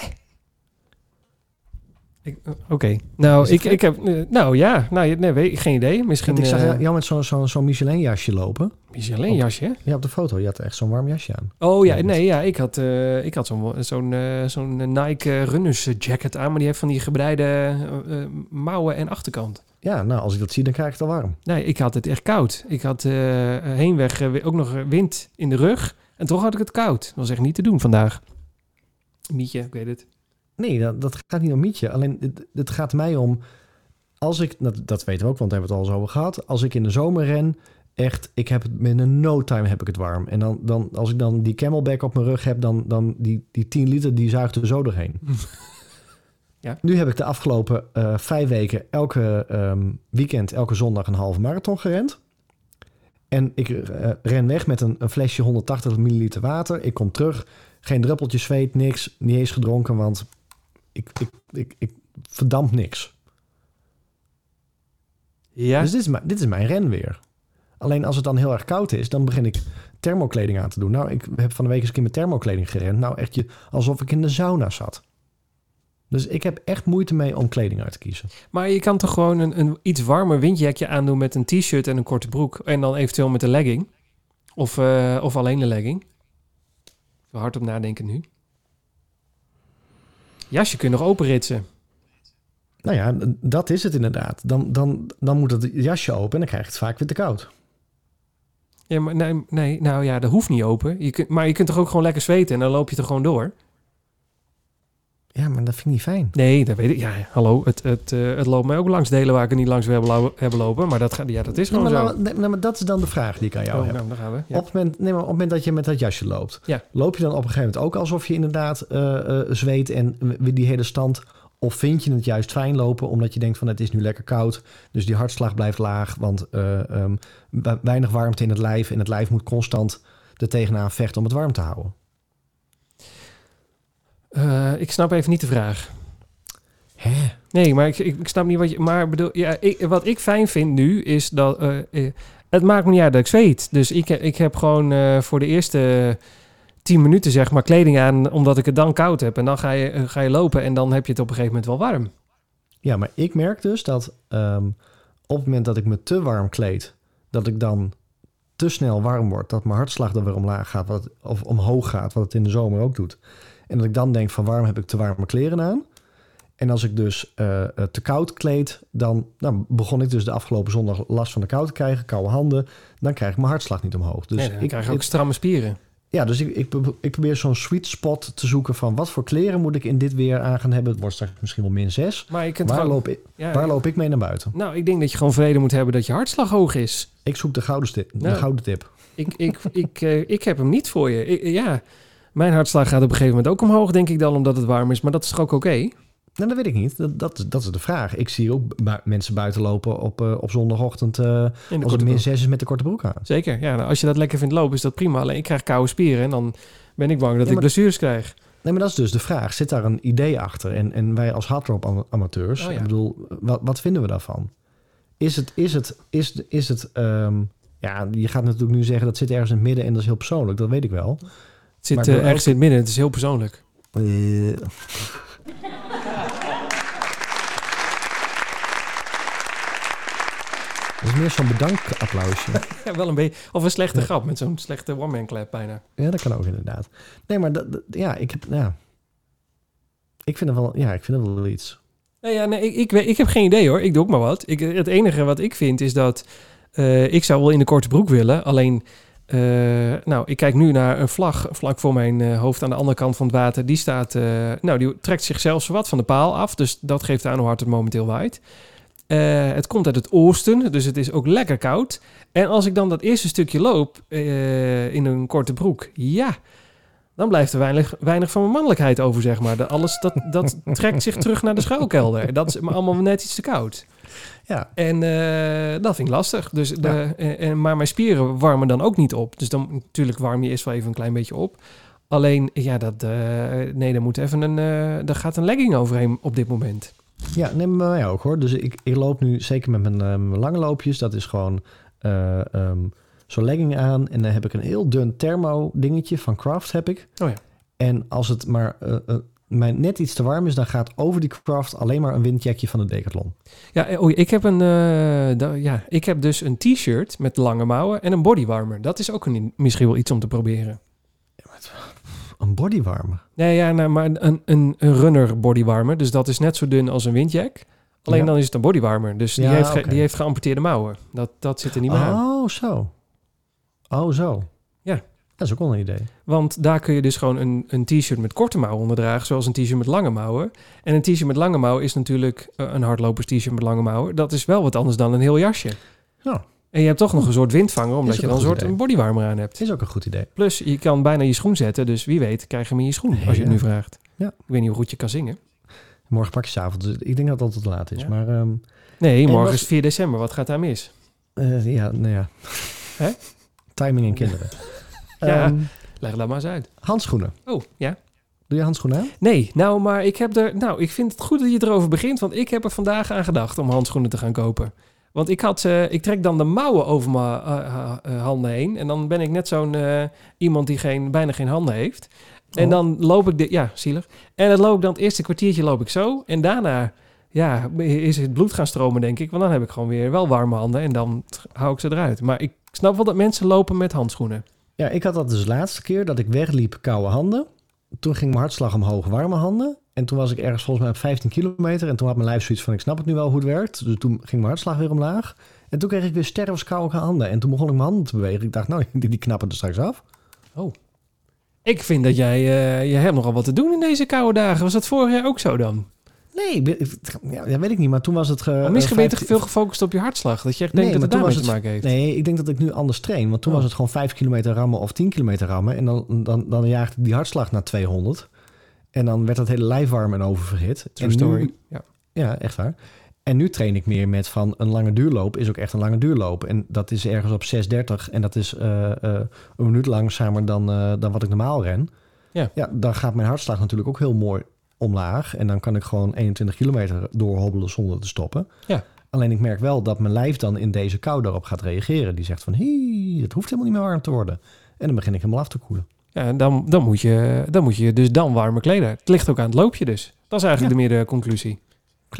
Oké. Nou, Is het ik heb... geen idee. Misschien Want ik zag jou met zo'n Michelin jasje lopen. Michelin jasje. Ja, op de foto. Je had echt zo'n warm jasje aan. Oh ja, nee, ja, ik had zo'n Nike Runners jacket aan, maar die heeft van die gebreide mouwen en achterkant. Ja, nou, als ik dat zie, dan krijg ik het al warm. Nee, ik had het echt koud. Ik had heenweg ook nog wind in de rug en toch had ik het koud. Dat was echt niet te doen vandaag. Mietje, ik weet het. Nee, dat gaat niet om Mietje. Alleen, het gaat mij om... Als ik... Dat weten we ook, want daar hebben we het al zo over gehad. Als ik in de zomer ren, echt... Ik heb het binnen no time heb ik het warm. En dan als ik dan die Camelback op mijn rug heb... dan die 10 liter, die zuigt er zo doorheen. Ja. Nu heb ik de afgelopen 5 weken... elke weekend, elke zondag een halve marathon gerend. En ik ren weg met een flesje 180 milliliter water. Ik kom terug, geen druppeltje zweet, niks. Niet eens gedronken, want ik verdamp niks. Ja. Dus dit is mijn ren weer. Alleen als het dan heel erg koud is, dan begin ik thermokleding aan te doen. Nou, ik heb van de week eens een keer met thermokleding gerend. Nou, echt alsof ik in de sauna zat. Dus ik heb echt moeite mee om kleding uit te kiezen. Maar je kan toch gewoon een iets warmer windjakje aandoen met een t-shirt en een korte broek. En dan eventueel met een legging. Of alleen een legging. Even hard op nadenken nu. Jasje kun je nog openritsen. Nou ja, dat is het inderdaad. Dan moet het jasje open en dan krijg je het vaak weer te koud. Ja, maar nee, nou ja, dat hoeft niet open. Maar je kunt toch ook gewoon lekker zweten en dan loop je er gewoon door? Ja, maar dat vind ik niet fijn. Nee, dat weet ik. Ja, hallo, het loopt mij ook langs delen waar ik er niet langs wil hebben lopen. Maar dat is gewoon zo. Maar dat is dan de vraag die ik aan jou heb. Nou, daar gaan we. Ja. Op het moment dat je met dat jasje loopt, Ja. loop je dan op een gegeven moment ook alsof je inderdaad zweet en weer die hele stand? Of vind je het juist fijn lopen omdat je denkt van het is nu lekker koud, dus die hartslag blijft laag, want weinig warmte in het lijf en het lijf moet constant er tegenaan vechten om het warm te houden? Ik snap even niet de vraag. Hè? Nee, maar ik snap niet wat je... Maar bedoel, ja, wat ik fijn vind nu is dat... het maakt me niet uit dat ik zweet. Dus ik heb gewoon voor de eerste 10 minuten zeg maar kleding aan, omdat ik het dan koud heb. En dan ga je lopen en dan heb je het op een gegeven moment wel warm. Ja, maar ik merk dus dat op het moment dat ik me te warm kleed, dat ik dan te snel warm word, dat mijn hartslag dan weer omlaag gaat of omhoog gaat, wat het in de zomer ook doet. En dat ik dan denk van waarom heb ik te warme kleren aan? En als ik dus te koud kleed, dan begon ik dus de afgelopen zondag last van de kou te krijgen, koude handen. Dan krijg ik mijn hartslag niet omhoog. Dus dan krijg je ook stramme spieren. Ja, dus ik probeer zo'n sweet spot te zoeken van wat voor kleren moet ik in dit weer aan gaan hebben. Het wordt straks misschien wel -6. Maar je kunt waar loop ik mee naar buiten? Nou, ik denk dat je gewoon vrede moet hebben dat je hartslag hoog is. Ik zoek de gouden tip. Ik heb hem niet voor je. Mijn hartslag gaat op een gegeven moment ook omhoog, denk ik dan, omdat het warm is. Maar dat is toch ook oké? Nou, dat weet ik niet. Dat is de vraag. Ik zie ook mensen buiten lopen op zondagochtend als het -6 is met de korte broek aan. Zeker, ja. Nou, als je dat lekker vindt lopen, is dat prima. Alleen ik krijg koude spieren en dan ben ik bang dat ik blessures krijg. Nee, maar dat is dus de vraag. Zit daar een idee achter? En wij als hardloop-amateurs, ik bedoel, wat vinden we daarvan? Is het je gaat natuurlijk nu zeggen dat zit ergens in het midden en dat is heel persoonlijk. Dat weet ik wel. Het zit ergens in het midden. Het is heel persoonlijk. Dat is meer zo'n bedankapplausje. Ja, wel een beetje. Of een slechte grap met zo'n slechte one-man clap bijna. Ja, dat kan ook inderdaad. Nee, maar ik vind het wel iets. Ik heb geen idee hoor. Ik doe ook maar wat. Het enige wat ik vind is dat ik zou wel in de korte broek willen. Alleen, ik kijk nu naar een vlag vlak voor mijn hoofd aan de andere kant van het water. Die staat, die trekt zichzelf zowat van de paal af. Dus dat geeft aan hoe hard het momenteel waait. Het komt uit het oosten, dus het is ook lekker koud. En als ik dan dat eerste stukje loop in een korte broek, dan blijft er weinig van mijn mannelijkheid over, zeg maar. Dat trekt zich terug naar de schuilkelder. Dat is me allemaal net iets te koud. Ja. En dat vind ik lastig. Dus maar mijn spieren warmen dan ook niet op. Dus dan natuurlijk warm je eerst wel even een klein beetje op. Alleen, daar moet even daar gaat een legging overheen op dit moment. Ja, neem bij mij ook hoor. Dus ik loop nu zeker met mijn lange loopjes. Dat is gewoon zo'n legging aan. En dan heb ik een heel dun thermo dingetje van Craft heb ik. Oh ja. En als het maar mij net iets te warm is, dan gaat over die Craft alleen maar een windjackje van de Decathlon. Ja, ik heb dus een t-shirt met lange mouwen en een bodywarmer. Dat is ook misschien wel iets om te proberen. Een bodywarmer? Nee, maar een runner bodywarmer. Dus dat is net zo dun als een windjack. Alleen dan is het een bodywarmer. Dus die heeft geamputeerde mouwen. Dat zit er niet meer aan. Oh, zo. Ja. Dat is ook wel een idee. Want daar kun je dus gewoon een t-shirt met korte mouwen onder dragen, zoals een t-shirt met lange mouwen. En een t-shirt met lange mouwen is natuurlijk een hardlopers t-shirt met lange mouwen. Dat is wel wat anders dan een heel jasje. Ja. En je hebt toch nog een soort windvanger, omdat je dan een bodywarmer aan hebt. Is ook een goed idee. Plus, je kan bijna je schoen zetten, dus wie weet krijg je hem in je schoen, als je het nu vraagt. Ja. Ik weet niet hoe goed je kan zingen. Morgen pak je 's avonds. Dus ik denk dat het altijd te laat is. Ja. Maar, nee, morgen is 4 december. Wat gaat daar mis? Hè? Timing en kinderen. Leg dat maar eens uit. Handschoenen. Oh, ja. Doe je handschoenen aan? Nee, maar ik vind het goed dat je erover begint, want ik heb er vandaag aan gedacht om handschoenen te gaan kopen. Want ik trek dan de mouwen over mijn handen heen. En dan ben ik net zo'n iemand die bijna geen handen heeft. En dan loop ik zielig. En dan loop ik dan het eerste kwartiertje loop ik zo. En daarna is het bloed gaan stromen, denk ik. Want dan heb ik gewoon weer wel warme handen. En dan hou ik ze eruit. Maar ik snap wel dat mensen lopen met handschoenen. Ja, ik had dat dus de laatste keer dat ik wegliep, koude handen. Toen ging mijn hartslag omhoog, warme handen. En toen was ik ergens volgens mij op 15 kilometer. En toen had mijn lijf zoiets van, ik snap het nu wel hoe het werkt. Dus toen ging mijn hartslag weer omlaag. En toen kreeg ik weer stervenskoude handen. En toen begon ik mijn handen te bewegen. Ik dacht, die knappen er straks af. Oh. Ik vind dat jij hebt nogal wat te doen in deze koude dagen. Was dat vorig jaar ook zo dan? Nee, dat weet ik niet. Maar toen was het... misschien ben je te veel gefocust op je hartslag. Dat je echt denkt dat het daarmee te maken heeft. Nee, ik denk dat ik nu anders train. Want toen was het gewoon 5 kilometer rammen of 10 kilometer rammen. En dan jaagde die hartslag naar 200. En dan werd dat hele lijf warm en oververhit. True story. Ja, echt waar. En nu train ik meer met van een lange duurloop is ook echt een lange duurloop. En dat is ergens op 6:30. En dat is een minuut langzamer dan wat ik normaal ren. Ja, dan gaat mijn hartslag natuurlijk ook heel mooi omlaag. En dan kan ik gewoon 21 kilometer doorhobbelen zonder te stoppen. Ja. Alleen ik merk wel dat mijn lijf dan in deze kou daarop gaat reageren. Die zegt van, het hoeft helemaal niet meer warm te worden. En dan begin ik helemaal af te koelen. Ja, dan moet je dus warmer kleden. Het ligt ook aan het loopje dus. Dat is eigenlijk meer de conclusie. Klopt.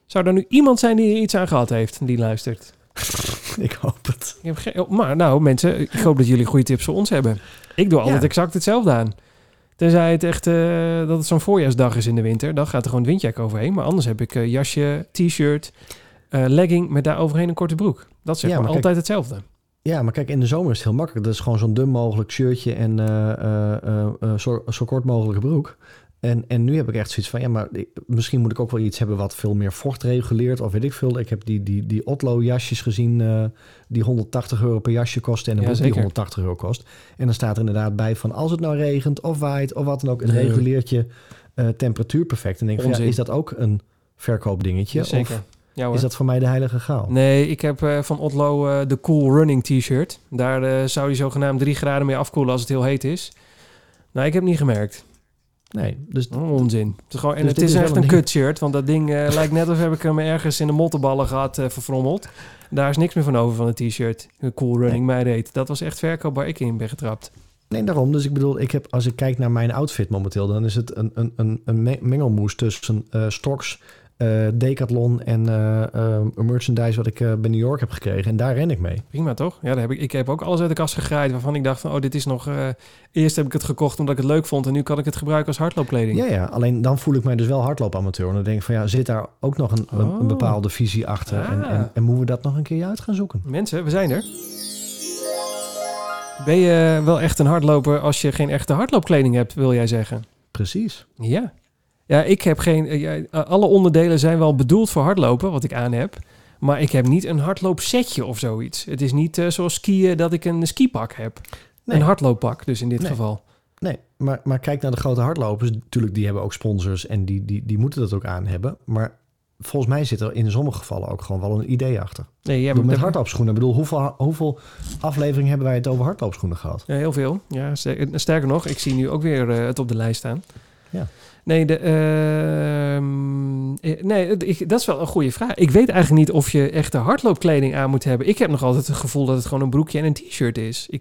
Zou er nu iemand zijn die er iets aan gehad heeft, die luistert? Ik hoop het. Ik heb maar nou, mensen, ik hoop dat jullie goede tips voor ons hebben. Ik doe altijd exact hetzelfde aan. Tenzij het echt dat het zo'n voorjaarsdag is in de winter. Dan gaat er gewoon het windjack overheen. Maar anders heb ik jasje, t-shirt, legging met daar overheen een korte broek. Dat is gewoon altijd hetzelfde. Ja, maar kijk, in de zomer is het heel makkelijk. Dat is gewoon zo'n dun mogelijk shirtje en zo kort mogelijke broek. En nu heb ik echt zoiets van, ja, maar misschien moet ik ook wel iets hebben wat veel meer vocht reguleert. Of weet ik veel. Ik heb die Otlo jasjes gezien die €180 per jasje kosten. En een broek die €180 kost. En dan staat er inderdaad bij van, als het nou regent of waait of wat dan ook, het reguleert je temperatuur perfect. En denk ik van, is dat ook een verkoopdingetje? Zeker. Of Ja, is dat voor mij de heilige graal? Nee, ik heb van Otlo de Cool Running t-shirt. Daar zou die zogenaamd 3 graden mee afkoelen als het heel heet is. Nou, ik heb niet gemerkt. Nee, dus onzin. Het is gewoon, en dus het is echt een kut shirt, want dat ding lijkt net of heb ik hem ergens in de mottenballen gehad verfrommeld. Daar is niks meer van over van het t-shirt. Cool Running Meid heet. Dat was echt verkoop waar ik in ben getrapt. Nee, daarom. Dus ik bedoel, als ik kijk naar mijn outfit momenteel, dan is het een mengelmoes tussen stocks, Decathlon en merchandise wat ik bij New York heb gekregen. En daar ren ik mee. Prima, toch? Ja, ik heb ook alles uit de kast gegraaid waarvan ik dacht van, dit is nog... eerst heb ik het gekocht omdat ik het leuk vond en nu kan ik het gebruiken als hardloopkleding. Ja, alleen dan voel ik mij dus wel hardloopamateur. En dan denk ik van, ja, zit daar ook nog een bepaalde visie achter? En moeten we dat nog een keer uit gaan zoeken? Mensen, we zijn er. Ben je wel echt een hardloper als je geen echte hardloopkleding hebt, wil jij zeggen? Precies. Ja. Ja, ik heb geen... alle onderdelen zijn wel bedoeld voor hardlopen, wat ik aan heb. Maar ik heb niet een hardloopsetje of zoiets. Het is niet zoals skiën dat ik een skipak heb. Nee. Een hardlooppak dus in dit geval. Nee, maar kijk naar de grote hardlopers. Natuurlijk, die hebben ook sponsors en die moeten dat ook aan hebben. Maar volgens mij zit er in sommige gevallen ook gewoon wel een idee achter. Nee, met hardloopschoenen. Ik bedoel, hoeveel afleveringen hebben wij het over hardloopschoenen gehad? Ja, heel veel. Ja, sterker nog, ik zie nu ook weer het op de lijst staan. Ja. Nee, dat is wel een goede vraag. Ik weet eigenlijk niet of je echte hardloopkleding aan moet hebben. Ik heb nog altijd het gevoel dat het gewoon een broekje en een t-shirt is.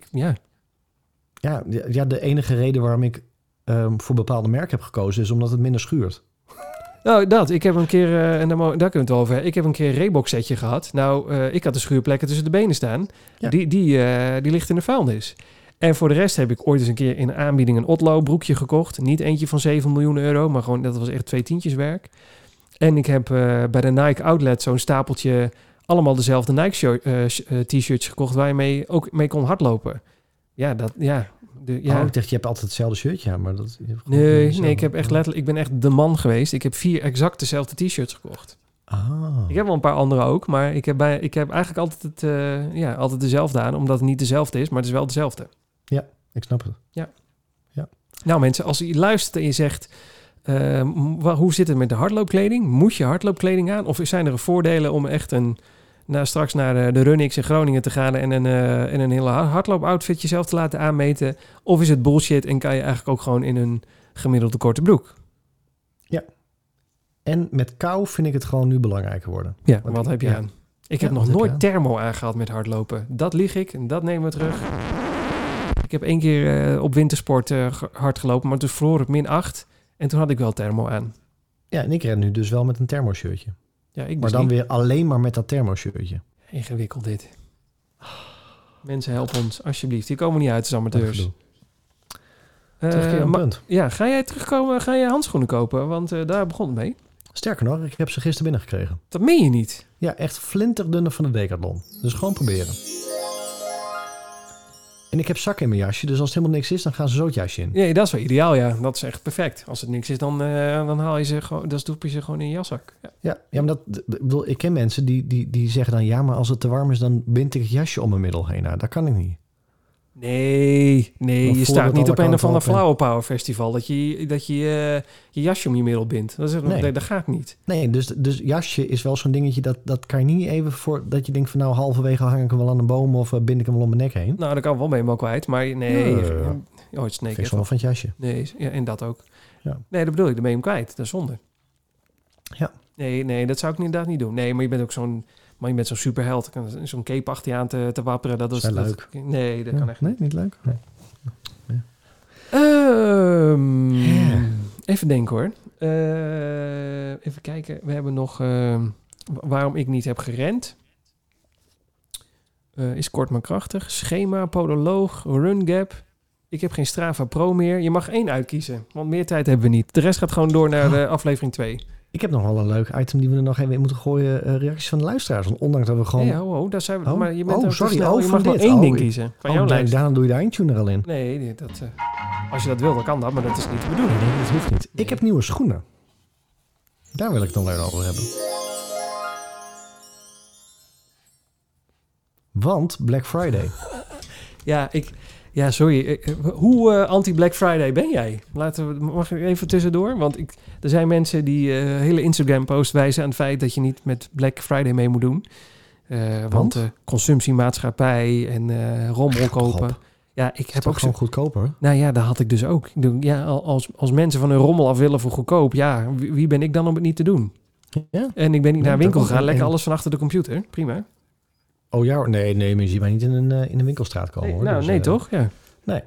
Ja, de enige reden waarom ik voor bepaalde merken heb gekozen is omdat het minder schuurt. Nou, ik heb een keer, en daar kunnen we het wel over hebben. Ik heb een keer een Reebok setje gehad. Nou, ik had de schuurplekken tussen de benen staan. Ja. Die ligt in de vuilnis. En voor de rest heb ik ooit eens een keer in een aanbieding een Otlo broekje gekocht. Niet eentje van 7 miljoen euro, maar gewoon dat was echt 2 tientjeswerk. En ik heb bij de Nike Outlet zo'n stapeltje allemaal dezelfde Nike t-shirts gekocht waar je ook mee kon hardlopen. Ja, ik dacht, je hebt altijd hetzelfde shirtje aan, maar dat... Nee, ik heb echt letterlijk... Ik ben echt de man geweest. Ik heb 4 exact dezelfde t-shirts gekocht. Ik heb wel een paar andere ook, maar ik heb eigenlijk altijd altijd dezelfde aan, omdat het niet dezelfde is, maar het is wel dezelfde. Ja, ik snap het. Ja. Nou mensen, als je luistert en je zegt, hoe zit het met de hardloopkleding? Moet je hardloopkleding aan? Of zijn er voordelen om echt straks naar de Runix in Groningen te gaan en een hele hardloopoutfit jezelf te laten aanmeten? Of is het bullshit en kan je eigenlijk ook gewoon in een gemiddelde korte broek? Ja. En met kou vind ik het gewoon nu belangrijker worden. Ja, wat heb je aan? Ik heb nog nooit thermo aangehad met hardlopen. Dat lieg ik en dat nemen we terug. Ik heb 1 keer op wintersport hard gelopen, maar toen verloor het -8. En toen had ik wel thermo aan. Ja, en ik ren nu dus wel met een thermoshirtje. Ja, ik maar dan weer alleen maar met dat thermoshirtje. Ingewikkeld dit. Mensen, help ons, alsjeblieft. Die komen niet uit als amateurs. Terugkeer aan punt. Ja, ga jij terugkomen? Ga je handschoenen kopen? Want daar begon het mee. Sterker nog, ik heb ze gisteren binnengekregen. Dat meen je niet? Ja, echt flinterdunne van de Decathlon. Dus gewoon proberen. En ik heb zakken in mijn jasje, dus als het helemaal niks is, dan gaan ze zo het jasje in. Nee, dat is wel ideaal, ja. Dat is echt perfect. Als het niks is, dan haal je ze gewoon, dan stoep je ze gewoon in je jaszak. Ja, maar ik ken mensen die zeggen dan, ja, maar als het te warm is, dan bind ik het jasje om mijn middel heen. Nou, dat kan ik niet. Nee, je staat niet op een of ander Flower Power Festival dat je je jasje om je middel bindt. Dat gaat niet. Nee, dus jasje is wel zo'n dingetje dat kan je niet even voor dat je denkt van nou halverwege hang ik hem wel aan een boom of bind ik hem wel om mijn nek heen. Nou, dat kan wel mee maar kwijt, maar nee. Het snake vind ik van het jasje. Nee, ja, en dat ook. Ja. Nee, dat bedoel ik, dan ben je hem kwijt. Dat is zonde. Ja. Nee, dat zou ik inderdaad niet doen. Nee, maar je bent ook zo'n superheld. Zo'n cape achter je aan te wapperen. Dat is leuk. Nee, dat kan echt niet. Nee, niet leuk. Nee. Even even denken hoor. Even kijken. We hebben nog waarom ik niet heb gerend. Is kort maar krachtig. Schema, podoloog, run gap. Ik heb geen Strava Pro meer. Je mag 1 uitkiezen, want meer tijd hebben we niet. De rest gaat gewoon door naar de aflevering 2. Ik heb nog wel een leuk item die we er nog even in moeten gooien. Reacties van de luisteraars. Want ondanks dat we gewoon... Nee, daar zijn we. Oh, Maar je bent sorry. snel. Je Van mag maar dit. 1 ding ik- kiezen van jouw lijst. Daarom doe je de eindtune er al in. Nee, als je dat wil, dan kan dat. Maar dat is niet de bedoeling. Nee, dat hoeft niet. Nee. Ik heb nieuwe schoenen. Daar wil ik het dan weer over hebben. Want Black Friday. Ja, sorry. Hoe anti-Black Friday ben jij? Mag ik even tussendoor? Want er zijn mensen die hele Instagram-post wijzen aan het feit dat je niet met Black Friday mee moet doen. Want consumptiemaatschappij en rommel kopen. op. Ja, ik heb Toch ook gewoon goedkoper? Nou ja, dat had ik dus ook. Ja, als mensen van hun rommel af willen voor goedkoop, ja, wie ben ik dan om het niet te doen? Ja. En ik ben niet naar een winkel dat gegaan, ook. lekker En- alles van achter de computer. Prima. Oh ja, nee, maar je ziet mij niet in een winkelstraat komen. Nee, hoor. nou, Dus, nee toch? Ja. Nee.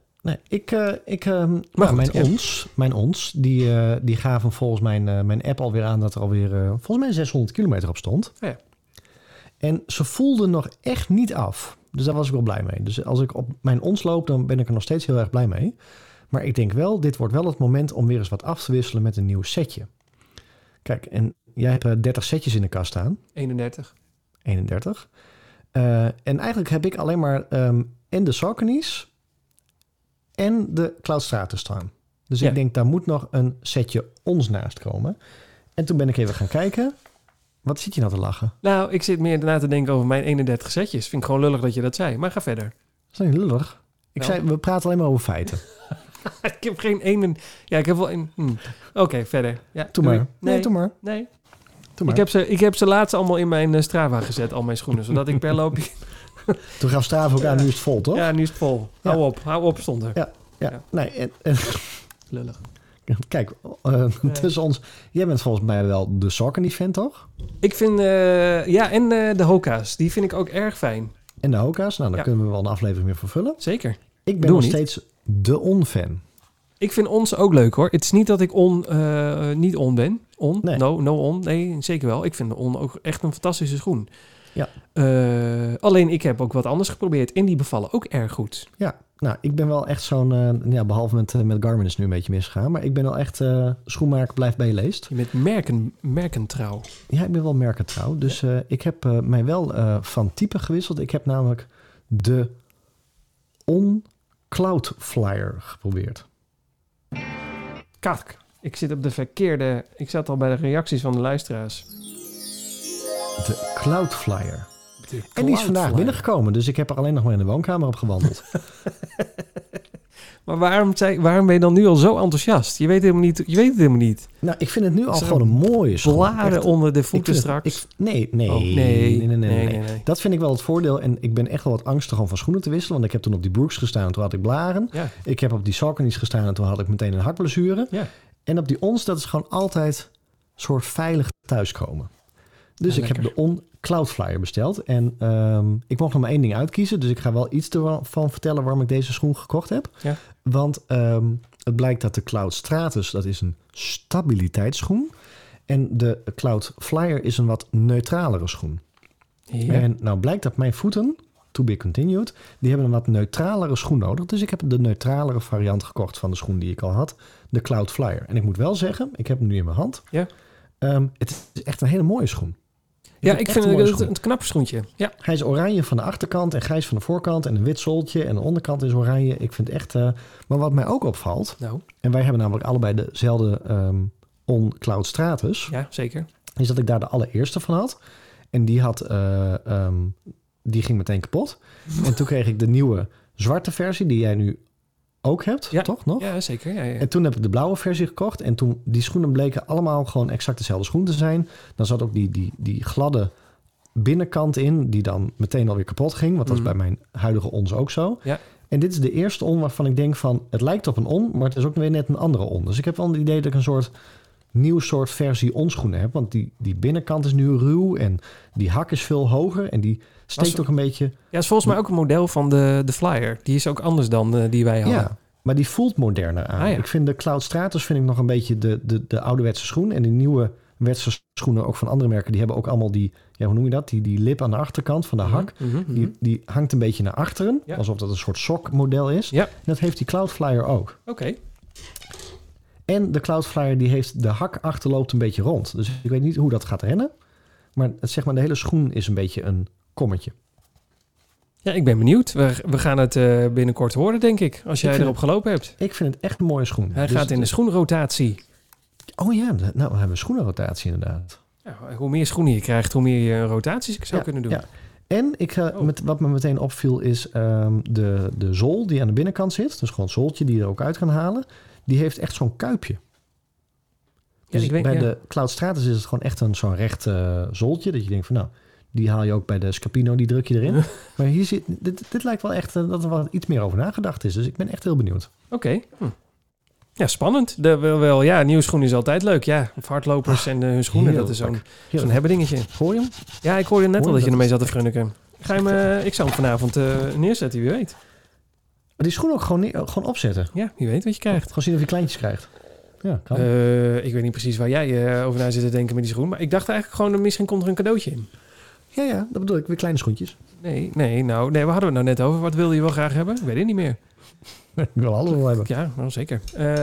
Maar goed, mijn ons, die gaven volgens mijn app alweer aan dat er alweer volgens mij 600 kilometer op stond. Ja. En ze voelden nog echt niet af. Dus daar was ik wel blij mee. Dus als ik op mijn ons loop, dan ben ik er nog steeds heel erg blij mee. Maar ik denk wel, dit wordt wel het moment om weer eens wat af te wisselen met een nieuw setje. Kijk, en jij hebt 30 setjes in de kast staan. 31. 31. En eigenlijk heb ik alleen maar en de Saucony's en de Cloud Stratus staan. Dus Ja. ik denk, daar moet nog een setje ons naast komen. En toen ben ik even gaan kijken. Wat zit je nou te lachen? Nou, ik zit meer na te denken over mijn 31 setjes. Vind ik gewoon lullig dat je dat zei. Maar ga verder. Dat is niet lullig. Ik Nou. zei, we praten alleen maar over feiten. Ik heb geen ene... Ja, ik heb wel een... Oké, verder. Ja, Doe doei. maar. Nee, doe maar. Nee. Doe maar. Ik heb ze laatst allemaal in mijn Strava gezet, al mijn schoenen. Zodat ik per loopje... Toen gaf Strava ook aan, nu is het vol, toch? Ja, nu is het vol. Ja. Hou op, stond er. Ja. Ja. Nee, en Lullig. kijk, tussen ons... Jij bent volgens mij wel de Saucony-fan, toch? Ik vind... en de Hoka's. Die vind ik ook erg fijn. En de Hoka's. Nou, dan Ja. kunnen we wel een aflevering meer vervullen. Zeker. Ik ben Doe nog niet. steeds de on-fan. Ik vind ons ook leuk hoor. Het is niet dat ik niet on ben. On? Nee. No on. Nee, zeker wel. Ik vind de on ook echt een fantastische schoen. Ja. Alleen ik heb ook wat anders geprobeerd. En die bevallen ook erg goed. Ja, nou, ik ben wel echt zo'n... behalve met Garmin is het nu een beetje misgegaan. Maar ik ben wel echt schoenmaker blijft bij je leest. Je bent merkentrouw. Ja, ik ben wel merkentrouw. Dus ik heb mij wel van type gewisseld. Ik heb namelijk de On Cloud Flyer geprobeerd. Kak. Ik zit op de verkeerde... Ik zat al bij de reacties van de luisteraars. De Cloud Flyer. En die is vandaag binnengekomen. Dus ik heb er alleen nog maar in de woonkamer op gewandeld. Maar waarom ben je dan nu al zo enthousiast? Je weet het helemaal niet. Nou, ik vind het nu al Zo gewoon een mooie schoen. Bladen Echt. onder de Ik voeten vind het- straks. Nee. Oh, nee. Dat vind ik wel het voordeel. En ik ben echt wel wat angstig om van schoenen te wisselen. Want ik heb toen op die Brooks gestaan en toen had ik blaren. Ja. Ik heb op die Saucony's gestaan en toen had ik meteen een hakblessure. Ja. En op die ons, dat is gewoon altijd een soort veilig thuiskomen. Dus Ja, ik heb lekker. de On Cloud Flyer besteld. En ik mocht nog maar één ding uitkiezen. Dus ik ga wel iets ervan vertellen waarom ik deze schoen gekocht heb. Ja. Want het blijkt dat de Cloud Stratus, dat is een stabiliteitsschoen. En de Cloud Flyer is een wat neutralere schoen. Ja. En nou blijkt dat mijn voeten, to be continued, die hebben een wat neutralere schoen nodig. Dus ik heb de neutralere variant gekocht van de schoen die ik al had. De Cloud Flyer. En ik moet wel zeggen, ik heb hem nu in mijn hand. Ja. Het is echt een hele mooie schoen. Ja, vind ik echt vind een mooie het schoen. een knap schoentje. Ja. Hij is oranje van de achterkant en grijs van de voorkant. En een wit zooltje en de onderkant is oranje. Ik vind het echt... maar wat mij ook opvalt... Nou, En wij hebben namelijk allebei dezelfde On Cloud Stratus. ja, zeker. Is dat ik daar de allereerste van had. En die ging meteen kapot. En toen kreeg ik de nieuwe zwarte versie die jij nu ook hebt, Ja. toch nog? Ja, zeker. Ja. En toen heb ik de blauwe versie gekocht. En toen die schoenen bleken allemaal gewoon exact dezelfde schoen te zijn. Dan zat ook die gladde binnenkant in, die dan meteen alweer kapot ging. Want dat is bij mijn huidige ons ook zo. Ja. En dit is de eerste on waarvan ik denk van, het lijkt op een on, maar het is ook weer net een andere on. Dus ik heb wel het idee dat ik een soort nieuw soort versie onschoenen heb. Want die binnenkant is nu ruw en die hak is veel hoger en die steekt Was- ook een beetje... Ja, is volgens mij ook een model van de Flyer. Die is ook anders dan die wij hadden. Ja, Maar die voelt moderner aan. Ah, ja. Ik vind de Cloud Stratus nog een beetje de ouderwetse schoen. En die nieuwe wetse schoenen, ook van andere merken, die hebben ook allemaal die, hoe noem je dat? Die lip aan de achterkant van de hak. Die hangt een beetje naar achteren. Ja. Alsof dat een soort sokmodel is. Ja. En dat heeft die Cloud Flyer ook. Oké. En de Cloud Flyer die heeft de hak achterloopt een beetje rond. Dus ik weet niet hoe dat gaat rennen. Maar de hele schoen is een beetje een kommetje. Ja, ik ben benieuwd. We gaan het binnenkort horen, denk ik. Als jij erop gelopen hebt. Ik vind het echt een mooie schoen. Hij gaat in de schoenrotatie. Oh ja, we hebben schoenenrotatie inderdaad. Ja, hoe meer schoenen je krijgt, hoe meer je rotaties zou kunnen doen. Ja. En wat me meteen opviel is de zool die aan de binnenkant zit. Dus gewoon het zooltje die je er ook uit kan halen. Die heeft echt zo'n kuipje. Dus bij de Cloud Stratus is het gewoon echt zo'n recht zooltje. Dat je denkt van nou, die haal je ook bij de Scapino, die druk je erin. Maar hier zit, dit lijkt wel echt dat er wat iets meer over nagedacht is. Dus ik ben echt heel benieuwd. Oké. Ja, spannend. Nieuwe schoenen is altijd leuk. Ja, of hardlopers en hun schoenen, dat is zo'n hebbedingetje. Hoor je hem? Ja, ik hoorde net al dat je ermee zat te frunniken. Ik zou hem vanavond neerzetten, wie weet. Maar die schoen ook gewoon opzetten. Ja, wie weet wat je krijgt. Gewoon zien of je kleintjes krijgt. Ja, kan. Ik weet niet precies waar jij over na zit te denken met die schoen. Maar ik dacht eigenlijk gewoon, misschien komt er een cadeautje in. Ja, dat bedoel ik. Weer kleine schoentjes. Nee, waar hadden we het nou net over? Wat wilde je wel graag hebben? Ik weet het niet meer. Ik wil alles wel hebben. Ja, wel zeker.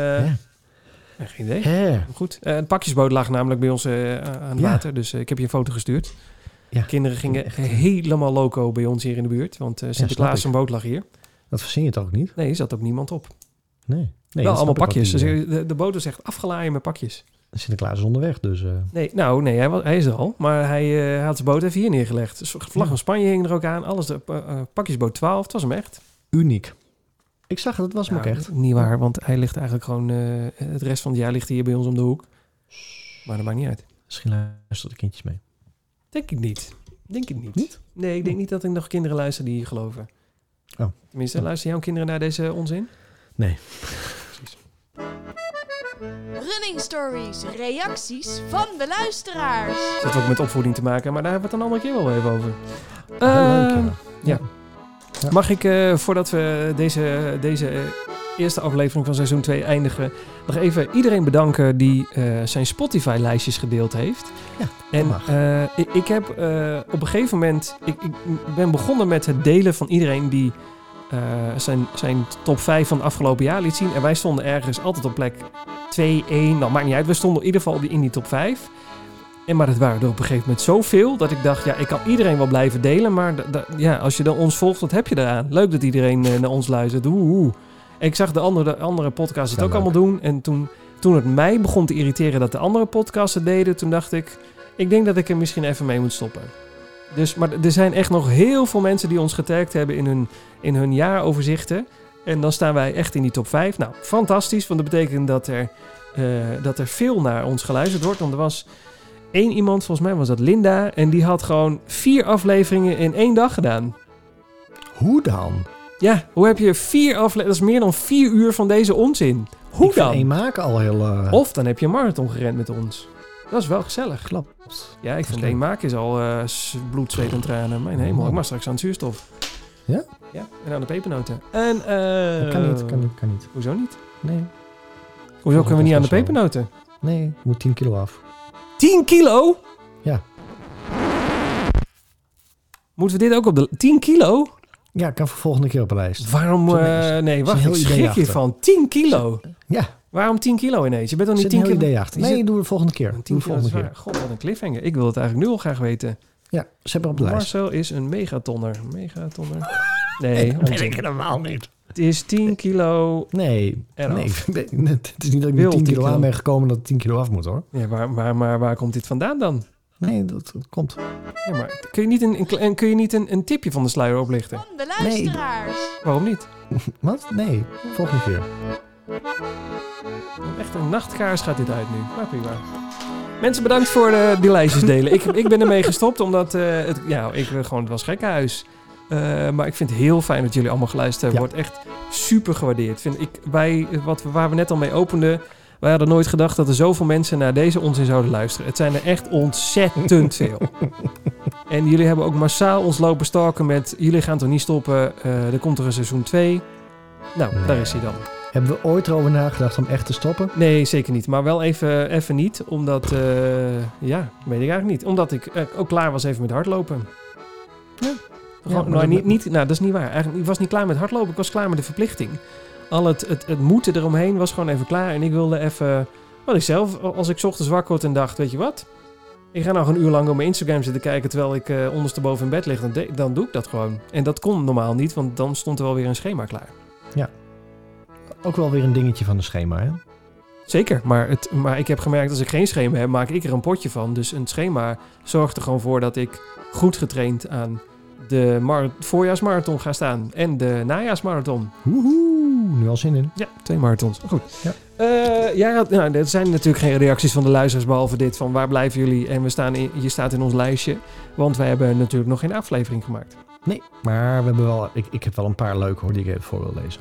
Geen idee. Hè. Goed. Een pakjesboot lag namelijk bij ons aan het water. Dus ik heb je een foto gestuurd. Ja. Kinderen gingen helemaal loco bij ons hier in de buurt. Want Sinterklaas zijn boot lag hier. Dat verzin je toch ook niet? Nee, er zat ook niemand op. Nee, wel allemaal pakjes. Dus de boot is echt afgelaaien met pakjes. Sinterklaas is onderweg, dus... Nee, hij is er al. Maar hij had zijn boot even hier neergelegd. Dus vlag van Spanje hing er ook aan. Alles, pakjesboot 12. Het was hem echt. Uniek. Ik zag het, was hem ook echt. Niet waar, want hij ligt eigenlijk gewoon... het rest van het jaar ligt hij hier bij ons om de hoek. Maar dat maakt niet uit. Misschien luisteren de kindjes mee. Denk ik niet. Niet? Nee, ik denk niet dat ik nog kinderen luister die hier geloven. Oh. Tenminste, luisteren jouw kinderen naar deze onzin? Nee. Precies. Running Stories, reacties van de luisteraars. Dat heeft ook met opvoeding te maken, maar daar hebben we het een andere keer wel even over. Leuk, ja. Mag ik, voordat we deze eerste aflevering van seizoen 2 eindigen, nog even iedereen bedanken die zijn Spotify-lijstjes gedeeld heeft. Ja, en mag. Ik heb op een gegeven moment... Ik ben begonnen met het delen van iedereen die zijn top 5 van het afgelopen jaar liet zien. En wij stonden ergens altijd op plek 2, 1. Nou, maakt niet uit. We stonden in ieder geval in die top 5. Maar het waren er op een gegeven moment zoveel dat ik dacht, ik kan iedereen wel blijven delen. Maar als je dan ons volgt, wat heb je eraan? Leuk dat iedereen naar ons luistert. En ik zag de andere podcasts het ook allemaal doen. En toen het mij begon te irriteren dat de andere podcasts het deden, toen dacht ik denk dat ik er misschien even mee moet stoppen. Maar er zijn echt nog heel veel mensen die ons getagd hebben in hun jaaroverzichten. En dan staan wij echt in die top 5. Nou, fantastisch, want dat betekent dat er veel naar ons geluisterd wordt. Want er was 1 iemand, volgens mij was dat Linda, en die had gewoon 4 afleveringen in 1 dag gedaan. Hoe dan? Ja, hoe heb je 4 afleveringen? Dat is meer dan 4 uur van deze onzin. Hoe dan? Ik maken al heel... Of dan heb je een marathon gerend met ons. Dat is wel gezellig. Klopt. Ja, ik vind één maken is al bloed, zweet en tranen. Mijn hemel, ik mag straks aan het zuurstof. Ja? Ja, en aan de pepernoten. En, Kan niet. Hoezo niet? Nee. Hoezo kunnen we niet aan de pepernoten? Nee, je moet 10 kilo af. 10 kilo? Ja. Moeten we dit ook op de... 10 kilo? Ja, kan voor volgende keer op de lijst. Waarom... wacht, ik schrik hiervan. 10 kilo? Ja. Waarom 10 kilo ineens? Je bent toch niet 10 10 kilo? idee achter. Nee, doen we de volgende keer. 10 kilo is waar. God, wat een cliffhanger. Ik wil het eigenlijk nu al graag weten. Ja, ze hebben op de lijst. Marcel is een megatonner. Nee, dat weet ik helemaal niet. Het is 10 kilo... Nee, eraf. het is niet dat ik met 10 kilo aan ben gekomen dat het 10 kilo af moet, hoor. Ja, maar waar komt dit vandaan dan? Nee, dat komt. Ja, maar kun je niet een tipje van de sluier oplichten? Van de luisteraars. Waarom niet? Wat? Nee, volgende keer. Echt een nachtkaars gaat dit uit nu. Maar prima. Mensen, bedankt voor die lijstjes delen. Ik ben ermee gestopt, omdat het was gekkenhuis. Maar ik vind het heel fijn dat jullie allemaal geluisterd hebben. Wordt echt super gewaardeerd. Waar we net al mee openden, wij hadden nooit gedacht dat er zoveel mensen naar deze onzin zouden luisteren. Het zijn er echt ontzettend veel. En jullie hebben ook massaal ons lopen stalken met... Jullie gaan toch niet stoppen? Er komt er een seizoen 2. Nou, daar is hij dan. Hebben we ooit erover nagedacht om echt te stoppen? Nee, zeker niet. Maar wel even niet, omdat... weet ik eigenlijk niet. Omdat ik ook klaar was even met hardlopen. Ja. Gewoon, dat is niet waar. Eigenlijk, ik was niet klaar met hardlopen, ik was klaar met de verplichting. Al het moeten eromheen was gewoon even klaar. En ik wilde even... Wat ik zelf, als ik 's ochtends wakker word en dacht, weet je wat? Ik ga nog een uur lang op mijn Instagram zitten kijken terwijl ik ondersteboven in bed lig. Dan doe ik dat gewoon. En dat kon normaal niet, want dan stond er wel weer een schema klaar. Ja. Ook wel weer een dingetje van een schema, hè? Zeker, maar ik heb gemerkt als ik geen schema heb, maak ik er een potje van. Dus een schema zorgt er gewoon voor dat ik goed getraind aan de voorjaarsmarathon ga staan. En de najaarsmarathon. Woehoe, nu al zin in. Ja, 2 marathons. Goed. Ja. Er zijn natuurlijk geen reacties van de luisteraars behalve dit van waar blijven jullie? En je staat in ons lijstje, want wij hebben natuurlijk nog geen aflevering gemaakt. Nee, maar we hebben wel... Ik heb wel een paar leuke hoor die ik even voor wil lezen.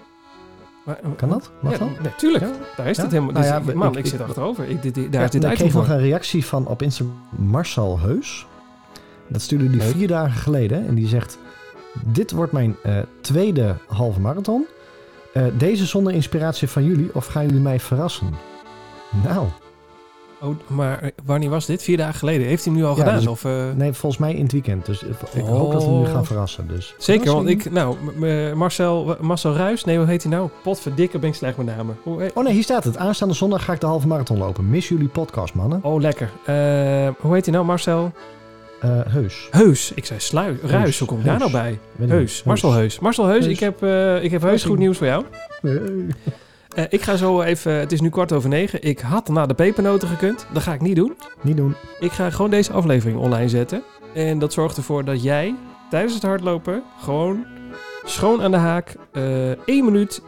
Kan dat? Mag dat? Natuurlijk. Ja. Daar is Ja? het helemaal... Nou ja, ik zit achterover. Daar is dit Ik item kreeg nog voor. een reactie van op Instagram Marcel Heus. Dat stuurde hij 4 dagen geleden. En die zegt... Dit wordt mijn tweede halve marathon. Deze zonder inspiratie van jullie. Of gaan jullie mij verrassen? Nou. Oh, maar wanneer was dit? 4 dagen geleden. Heeft hij hem nu al Ja, gedaan? dus- Of, Nee, volgens mij in het weekend. Dus ik hoop dat we hem nu gaan verrassen. Dus. Zeker, want Verrassing. Marcel Ruijs, nee, hoe heet hij nou? Potverdikke, ben ik slecht met namen. Oh nee, hier staat het. Aanstaande zondag ga ik de halve marathon lopen. Mis jullie podcast, mannen. Oh, lekker. Hoe heet hij nou, Marcel? Heus. Heus. Ik zei Ruijs, hoe kom ik daar nou bij? Weet Heus. Marcel Heus. Marcel Heus, Heus. ik heb heus goed nieuws voor jou. niet. Ik ga zo even, het is nu 8:15. Ik had naar de pepernoten gekund. Dat ga ik niet doen. Niet doen. Ik ga gewoon deze aflevering online zetten. En dat zorgt ervoor dat jij tijdens het hardlopen gewoon schoon aan de haak 1 minuut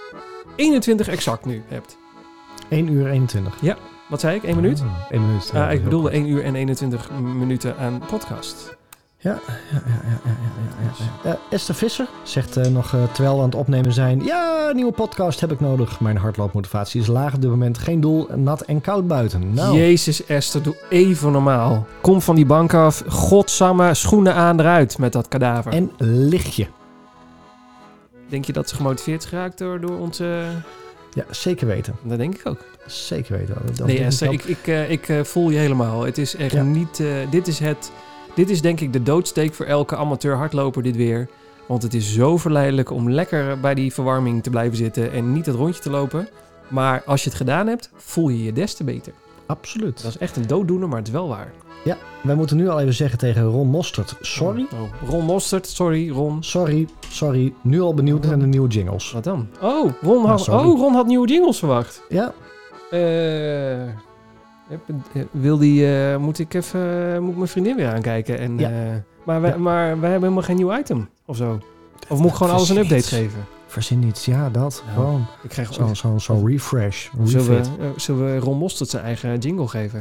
21 exact nu hebt. 1 uur 21. Wat zei ik? 1 minuut? 1 minuut. Ik bedoelde 1 uur en 21 minuten aan podcast. Ja. Esther Visser zegt nog terwijl we aan het opnemen zijn... Ja, nieuwe podcast heb ik nodig. Mijn hardloopmotivatie is laag op dit moment. Geen doel, nat en koud buiten. Nou, Jezus Esther, doe even normaal. Kom van die bank af. Godsamme, schoenen aan eruit met dat kadaver. en lichtje. Denk je dat ze gemotiveerd is geraakt door onze... Ja, zeker weten. Dat denk ik ook. Zeker weten. Nee Esther, ik voel je helemaal. Het is echt niet... Dit is denk ik de doodsteek voor elke amateur hardloper dit weer. Want het is zo verleidelijk om lekker bij die verwarming te blijven zitten en niet het rondje te lopen. Maar als je het gedaan hebt, voel je je des te beter. Absoluut. Dat is echt een dooddoener, maar het is wel waar. Ja, wij moeten nu al even zeggen tegen Ron Mostert. Sorry. Oh, Ron Mostert, sorry Ron. Sorry. Nu al benieuwd naar de nieuwe jingles. Wat dan? Oh, Ron had nieuwe jingles verwacht. Ja, Moet ik mijn vriendin weer aankijken? En, Ja. Maar we hebben helemaal geen nieuw item of zo. Of moet ik gewoon alles een Verzin update iets. geven? verzin iets. Ja, dat. Ja. Gewoon. Ik krijg Zo'n refresh. Zullen we Ron Mostert zijn eigen jingle geven?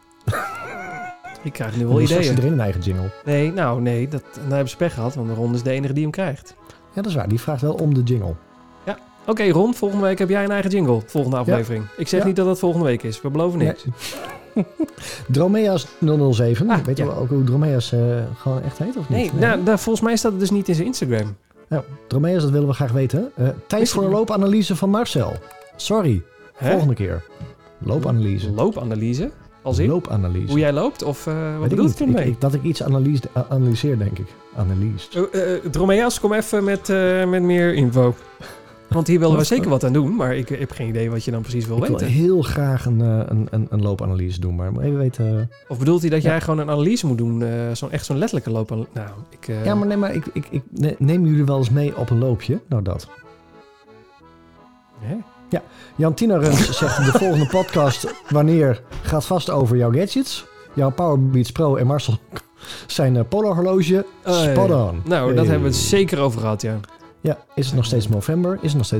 Ik krijg nu wel Wil straks ideeën. iedereen een eigen jingle? Nee, dan hebben ze pech gehad, want Ron is de enige die hem krijgt. Ja, dat is waar. Die vraagt wel om de jingle. Oké, Ron, volgende week heb jij een eigen jingle. Volgende aflevering. Ik zeg Ja. niet dat het volgende week is. We beloven niks. Dromeas 007. Weet je ja. wel ook hoe Dromeas gewoon echt heet of niet? Nee, volgens mij staat het dus niet in zijn Instagram. Nou, Dromeas, dat willen we graag weten. Tijd voor een loopanalyse van Marcel. Sorry. Hè? Volgende keer. Loopanalyse. Loopanalyse? Als in? Loopanalyse. Hoe jij loopt? Of wat Weet ik bedoelt niet. je ermee? Dat ik iets analyseer, denk ik. Analyse. Dromeas, kom even met meer info. Want hier willen we zeker wat aan doen, maar ik heb geen idee wat je dan precies wil Ik wil weten. heel graag een loopanalyse doen, maar even weten... Of bedoelt hij dat Ja. jij gewoon een analyse moet doen? Zo'n letterlijke loopanalyse? Nou, Ja, maar ik neem jullie wel eens mee op een loopje. Nou, dat. Hè? Jan Tina Rens zegt in de volgende podcast... Wanneer gaat vast over jouw gadgets. Jouw Powerbeats Pro en Marcel zijn polarhorloge. Spot on. Nou, dat Hey. hebben we het zeker over gehad, ja. Ja, is het nog steeds november?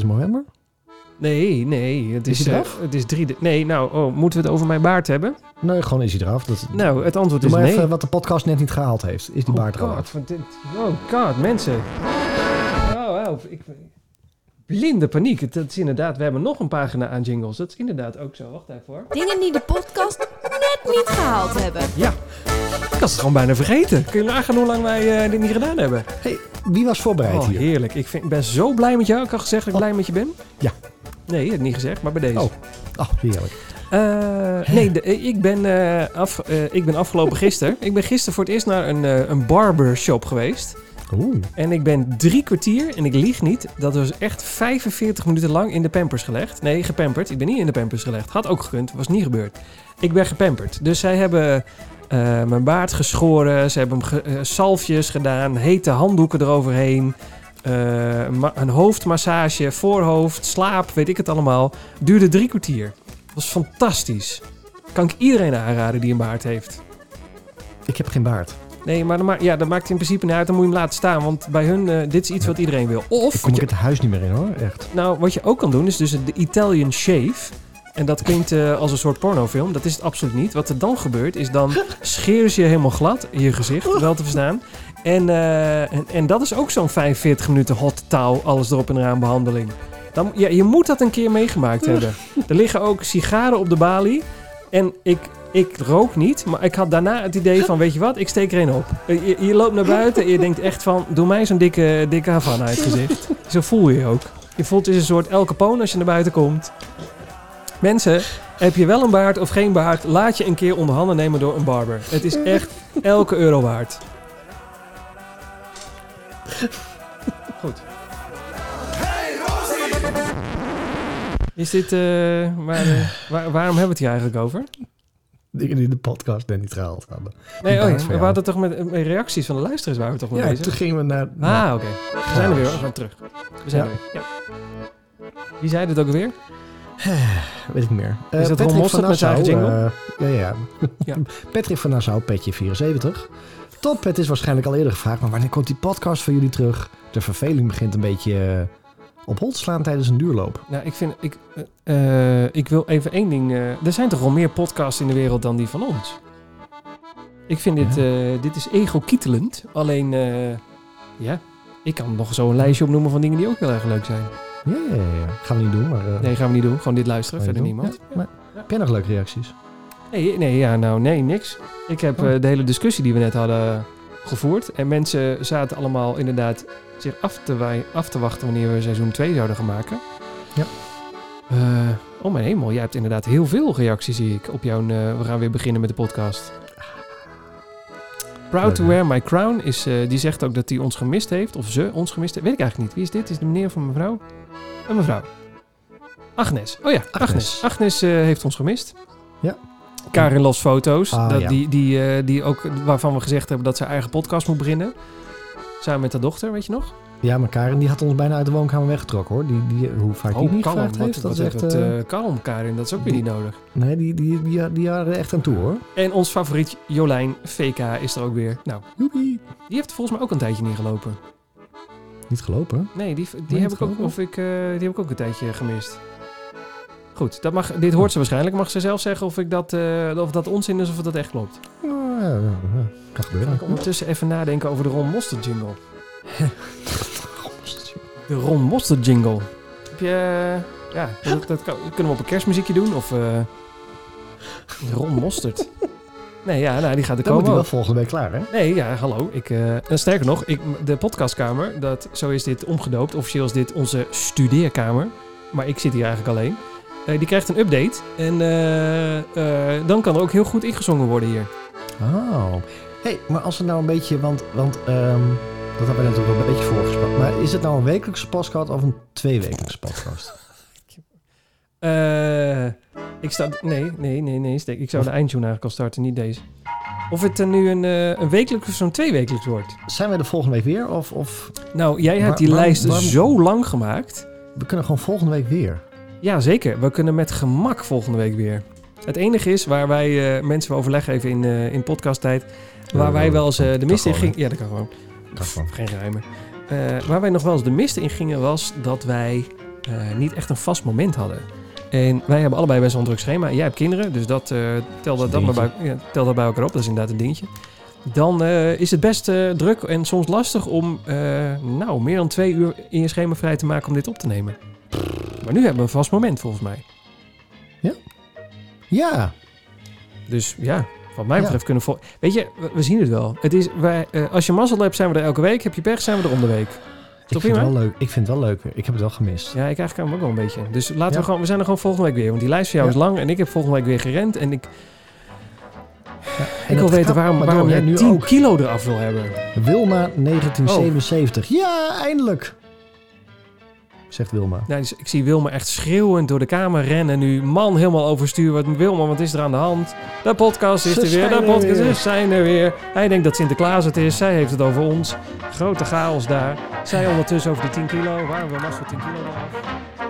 Nee, het Is is, hij eraf? het is 3... Nee, moeten we het over mijn baard hebben? Nee, gewoon is hij eraf. Nou, het antwoord Doe is maar nee. even wat de podcast net niet gehaald heeft. Is die baard er al God, af? oh god, mensen. Oh, blinde paniek. Het is inderdaad, we hebben nog een pagina aan jingles. Dat is inderdaad ook zo. Wacht even hoor. Dingen die de podcast net niet gehaald hebben. Ja, ik was het gewoon bijna vergeten. Kun je nagaan hoe lang wij dit niet gedaan hebben? Hey, Wie was voorbereid Oh, hier? heerlijk. Ik ben zo blij met jou. Ik had gezegd dat ik blij met je ben. Ja. Nee, dat heb ik niet gezegd, maar bij deze. Oh, heerlijk. Ik ben afgelopen gisteren. Ik ben gisteren voor het eerst naar een barbershop geweest. Oeh. En ik ben 3 kwartier, en ik lieg niet, dat was echt 45 minuten lang in de pampers gelegd. Nee, gepamperd. Ik ben niet in de pampers gelegd. Had ook gekund, was niet gebeurd. Ik ben gepamperd. Dus zij hebben mijn baard geschoren, ze hebben salfjes gedaan, hete handdoeken eroverheen, een hoofdmassage, voorhoofd, slaap, weet ik het allemaal. Duurde 3 kwartier. Was fantastisch. Kan ik iedereen aanraden die een baard heeft. Ik heb geen baard. Nee, maar dat maakt in principe niet uit. Dan moet je hem laten staan. Want bij hun, dit is iets wat iedereen wil. Of, Kom ik het huis niet meer in hoor, echt. nou, wat je ook kan doen is dus de Italian Shave. En dat klinkt als een soort pornofilm. Dat is het absoluut niet. Wat er dan gebeurt is dan scheren ze je helemaal glad in je gezicht. Wel te verstaan. En dat is ook zo'n 45 minuten hot towel. Alles erop en eraan behandeling. Je moet dat een keer meegemaakt hebben. Er liggen ook sigaren op de balie. En ik rook niet, maar ik had daarna het idee van, weet je wat, ik steek er een op. Je loopt naar buiten en je denkt echt van, doe mij zo'n dikke Havana uit het gezicht. Zo voel je je ook. Je voelt het is een soort El Capone als je naar buiten komt. Mensen, heb je wel een baard of geen baard, laat je een keer onder handen nemen door een barber. Het is echt elke euro waard. Goed. Is dit, waarom hebben we het hier eigenlijk over? Dingen die de podcast net niet gehaald hadden. Nee, Baard we hadden toch met reacties van de luisteraars waren we toch mee Ja, bezig? toen gingen we naar... Oké. We zijn er weer, we gaan terug. We zijn er weer, ja. Wie zei dit ook alweer? Weet ik meer. Is dat Patrick Ron Mostert van met zijn eigen Nassau, jingle? Ja. Ja. Patrick van Nassau, petje 74. Top, het is waarschijnlijk al eerder gevraagd, maar wanneer komt die podcast van jullie terug? De verveling begint een beetje op hol te slaan tijdens een duurloop. Nou, ik wil even één ding... er zijn toch wel meer podcasts in de wereld dan die van ons? Ik vind dit is ego-kietelend. Alleen, ja, ik kan nog zo een lijstje opnoemen van dingen die ook heel erg leuk zijn. Ja. Gaan we niet doen, maar... Nee, gaan we niet doen. Gewoon dit luisteren, verder doen. niemand. Ja, maar, heb jij nog leuke reacties? Nee, niks. Ik heb de hele discussie die we net hadden gevoerd. En mensen zaten allemaal inderdaad zich af te wachten wanneer we seizoen 2 zouden gaan maken. Ja. Oh mijn hemel, jij hebt inderdaad heel veel reacties, zie ik, op jouw... we gaan weer beginnen met de podcast. Proud to wear my crown die zegt ook dat hij ons gemist heeft. Of ze ons gemist heeft. Weet ik eigenlijk niet. Wie is dit? Is de meneer van mevrouw? Een mevrouw. Agnes. Oh ja, Agnes. Agnes heeft ons gemist. Ja. Karin lost foto's. Ja. Die ook, waarvan we gezegd hebben dat ze haar eigen podcast moet beginnen. Samen met haar dochter, weet je nog? Ja, maar Karin die had ons bijna uit de woonkamer weggetrokken hoor. Hoe vaak die niet gevraagd heeft. Dat is echt... kalm, Karin. Dat is ook weer niet nodig. Nee, die waren er echt aan toe hoor. En ons favoriet Jolijn VK is er ook weer. Nou, Joepie. die heeft volgens mij ook een tijdje niet gelopen. Niet gelopen? Nee, die niet heb ik ook, gelopen? die heb ik ook een tijdje gemist. Goed, dit hoort ze waarschijnlijk. Mag ze zelf zeggen of dat onzin is of dat echt klopt? Ja, kan gebeuren. Ik ondertussen even nadenken over de Ron Mostert jingle. De Ron Mostert jingle. Heb je... Ja, dat kunnen we op een kerstmuziekje doen. Of... Ron Mostert. Nee, ja, nou, die gaat er Dan komen. moet hij wel ook. volgende week klaar, hè? Nee, ja, hallo. Sterker nog, de podcastkamer, zo is dit omgedoopt. Officieel is dit onze studeerkamer. Maar ik zit hier eigenlijk alleen. Die krijgt een update. En dan kan er ook heel goed ingezongen worden hier. Oh. Hey, maar als het nou een beetje... Want dat hebben we net ook wel een beetje voorgesproken. Maar is het nou een wekelijkse podcast of een 2-wekelijkse podcast? Nee. Ik zou de eindtune eigenlijk al starten, niet deze. Of het nu een wekelijks of zo'n 2-wekelijks wordt. Zijn wij de volgende week weer? Of... Nou, jij hebt die lijst zo lang gemaakt. We kunnen gewoon volgende week weer. Ja, zeker. We kunnen met gemak volgende week weer. Het enige is waar wij mensen overleggen even in podcasttijd. Waar wij wel eens de mist in gingen. Ja, dat kan gewoon. Geen geheimen. Waar wij nog wel eens de mist in gingen was dat wij niet echt een vast moment hadden. En wij hebben allebei best wel een druk schema. Jij hebt kinderen, dus tel dat bij elkaar op. Dat is inderdaad een dingetje. Dan is het best druk en soms lastig om meer dan 2 uur in je schema vrij te maken om dit op te nemen. Maar nu hebben we een vast moment volgens mij. Ja? Ja. Dus ja, Wat mij betreft kunnen weet je, we zien het wel. Het is, als je mazzel hebt, zijn we er elke week. Heb je pech, zijn we er om de week. Ik vind het wel leuk. Ik vind het wel leuk weer. Ik heb het wel gemist. Ja, ik eigenlijk ook wel een beetje. Dus laten we zijn er gewoon volgende week weer. Want die lijst van jou is lang en ik heb volgende week weer gerend. En ik wil weten waarom jij nu 10 kilo eraf wil hebben. Wilma 1977. Ja, eindelijk. Zegt Wilma. Nou, dus ik zie Wilma echt schreeuwend door de kamer rennen nu. Man, helemaal overstuur. Wilma, wat is er aan de hand? De podcast is er weer. De podcast zijn er weer. Hij denkt dat Sinterklaas het is. Zij heeft het over ons. Grote chaos daar. Zij ondertussen over de 10 kilo. Waarom wil Mas voor 10 kilo eraf?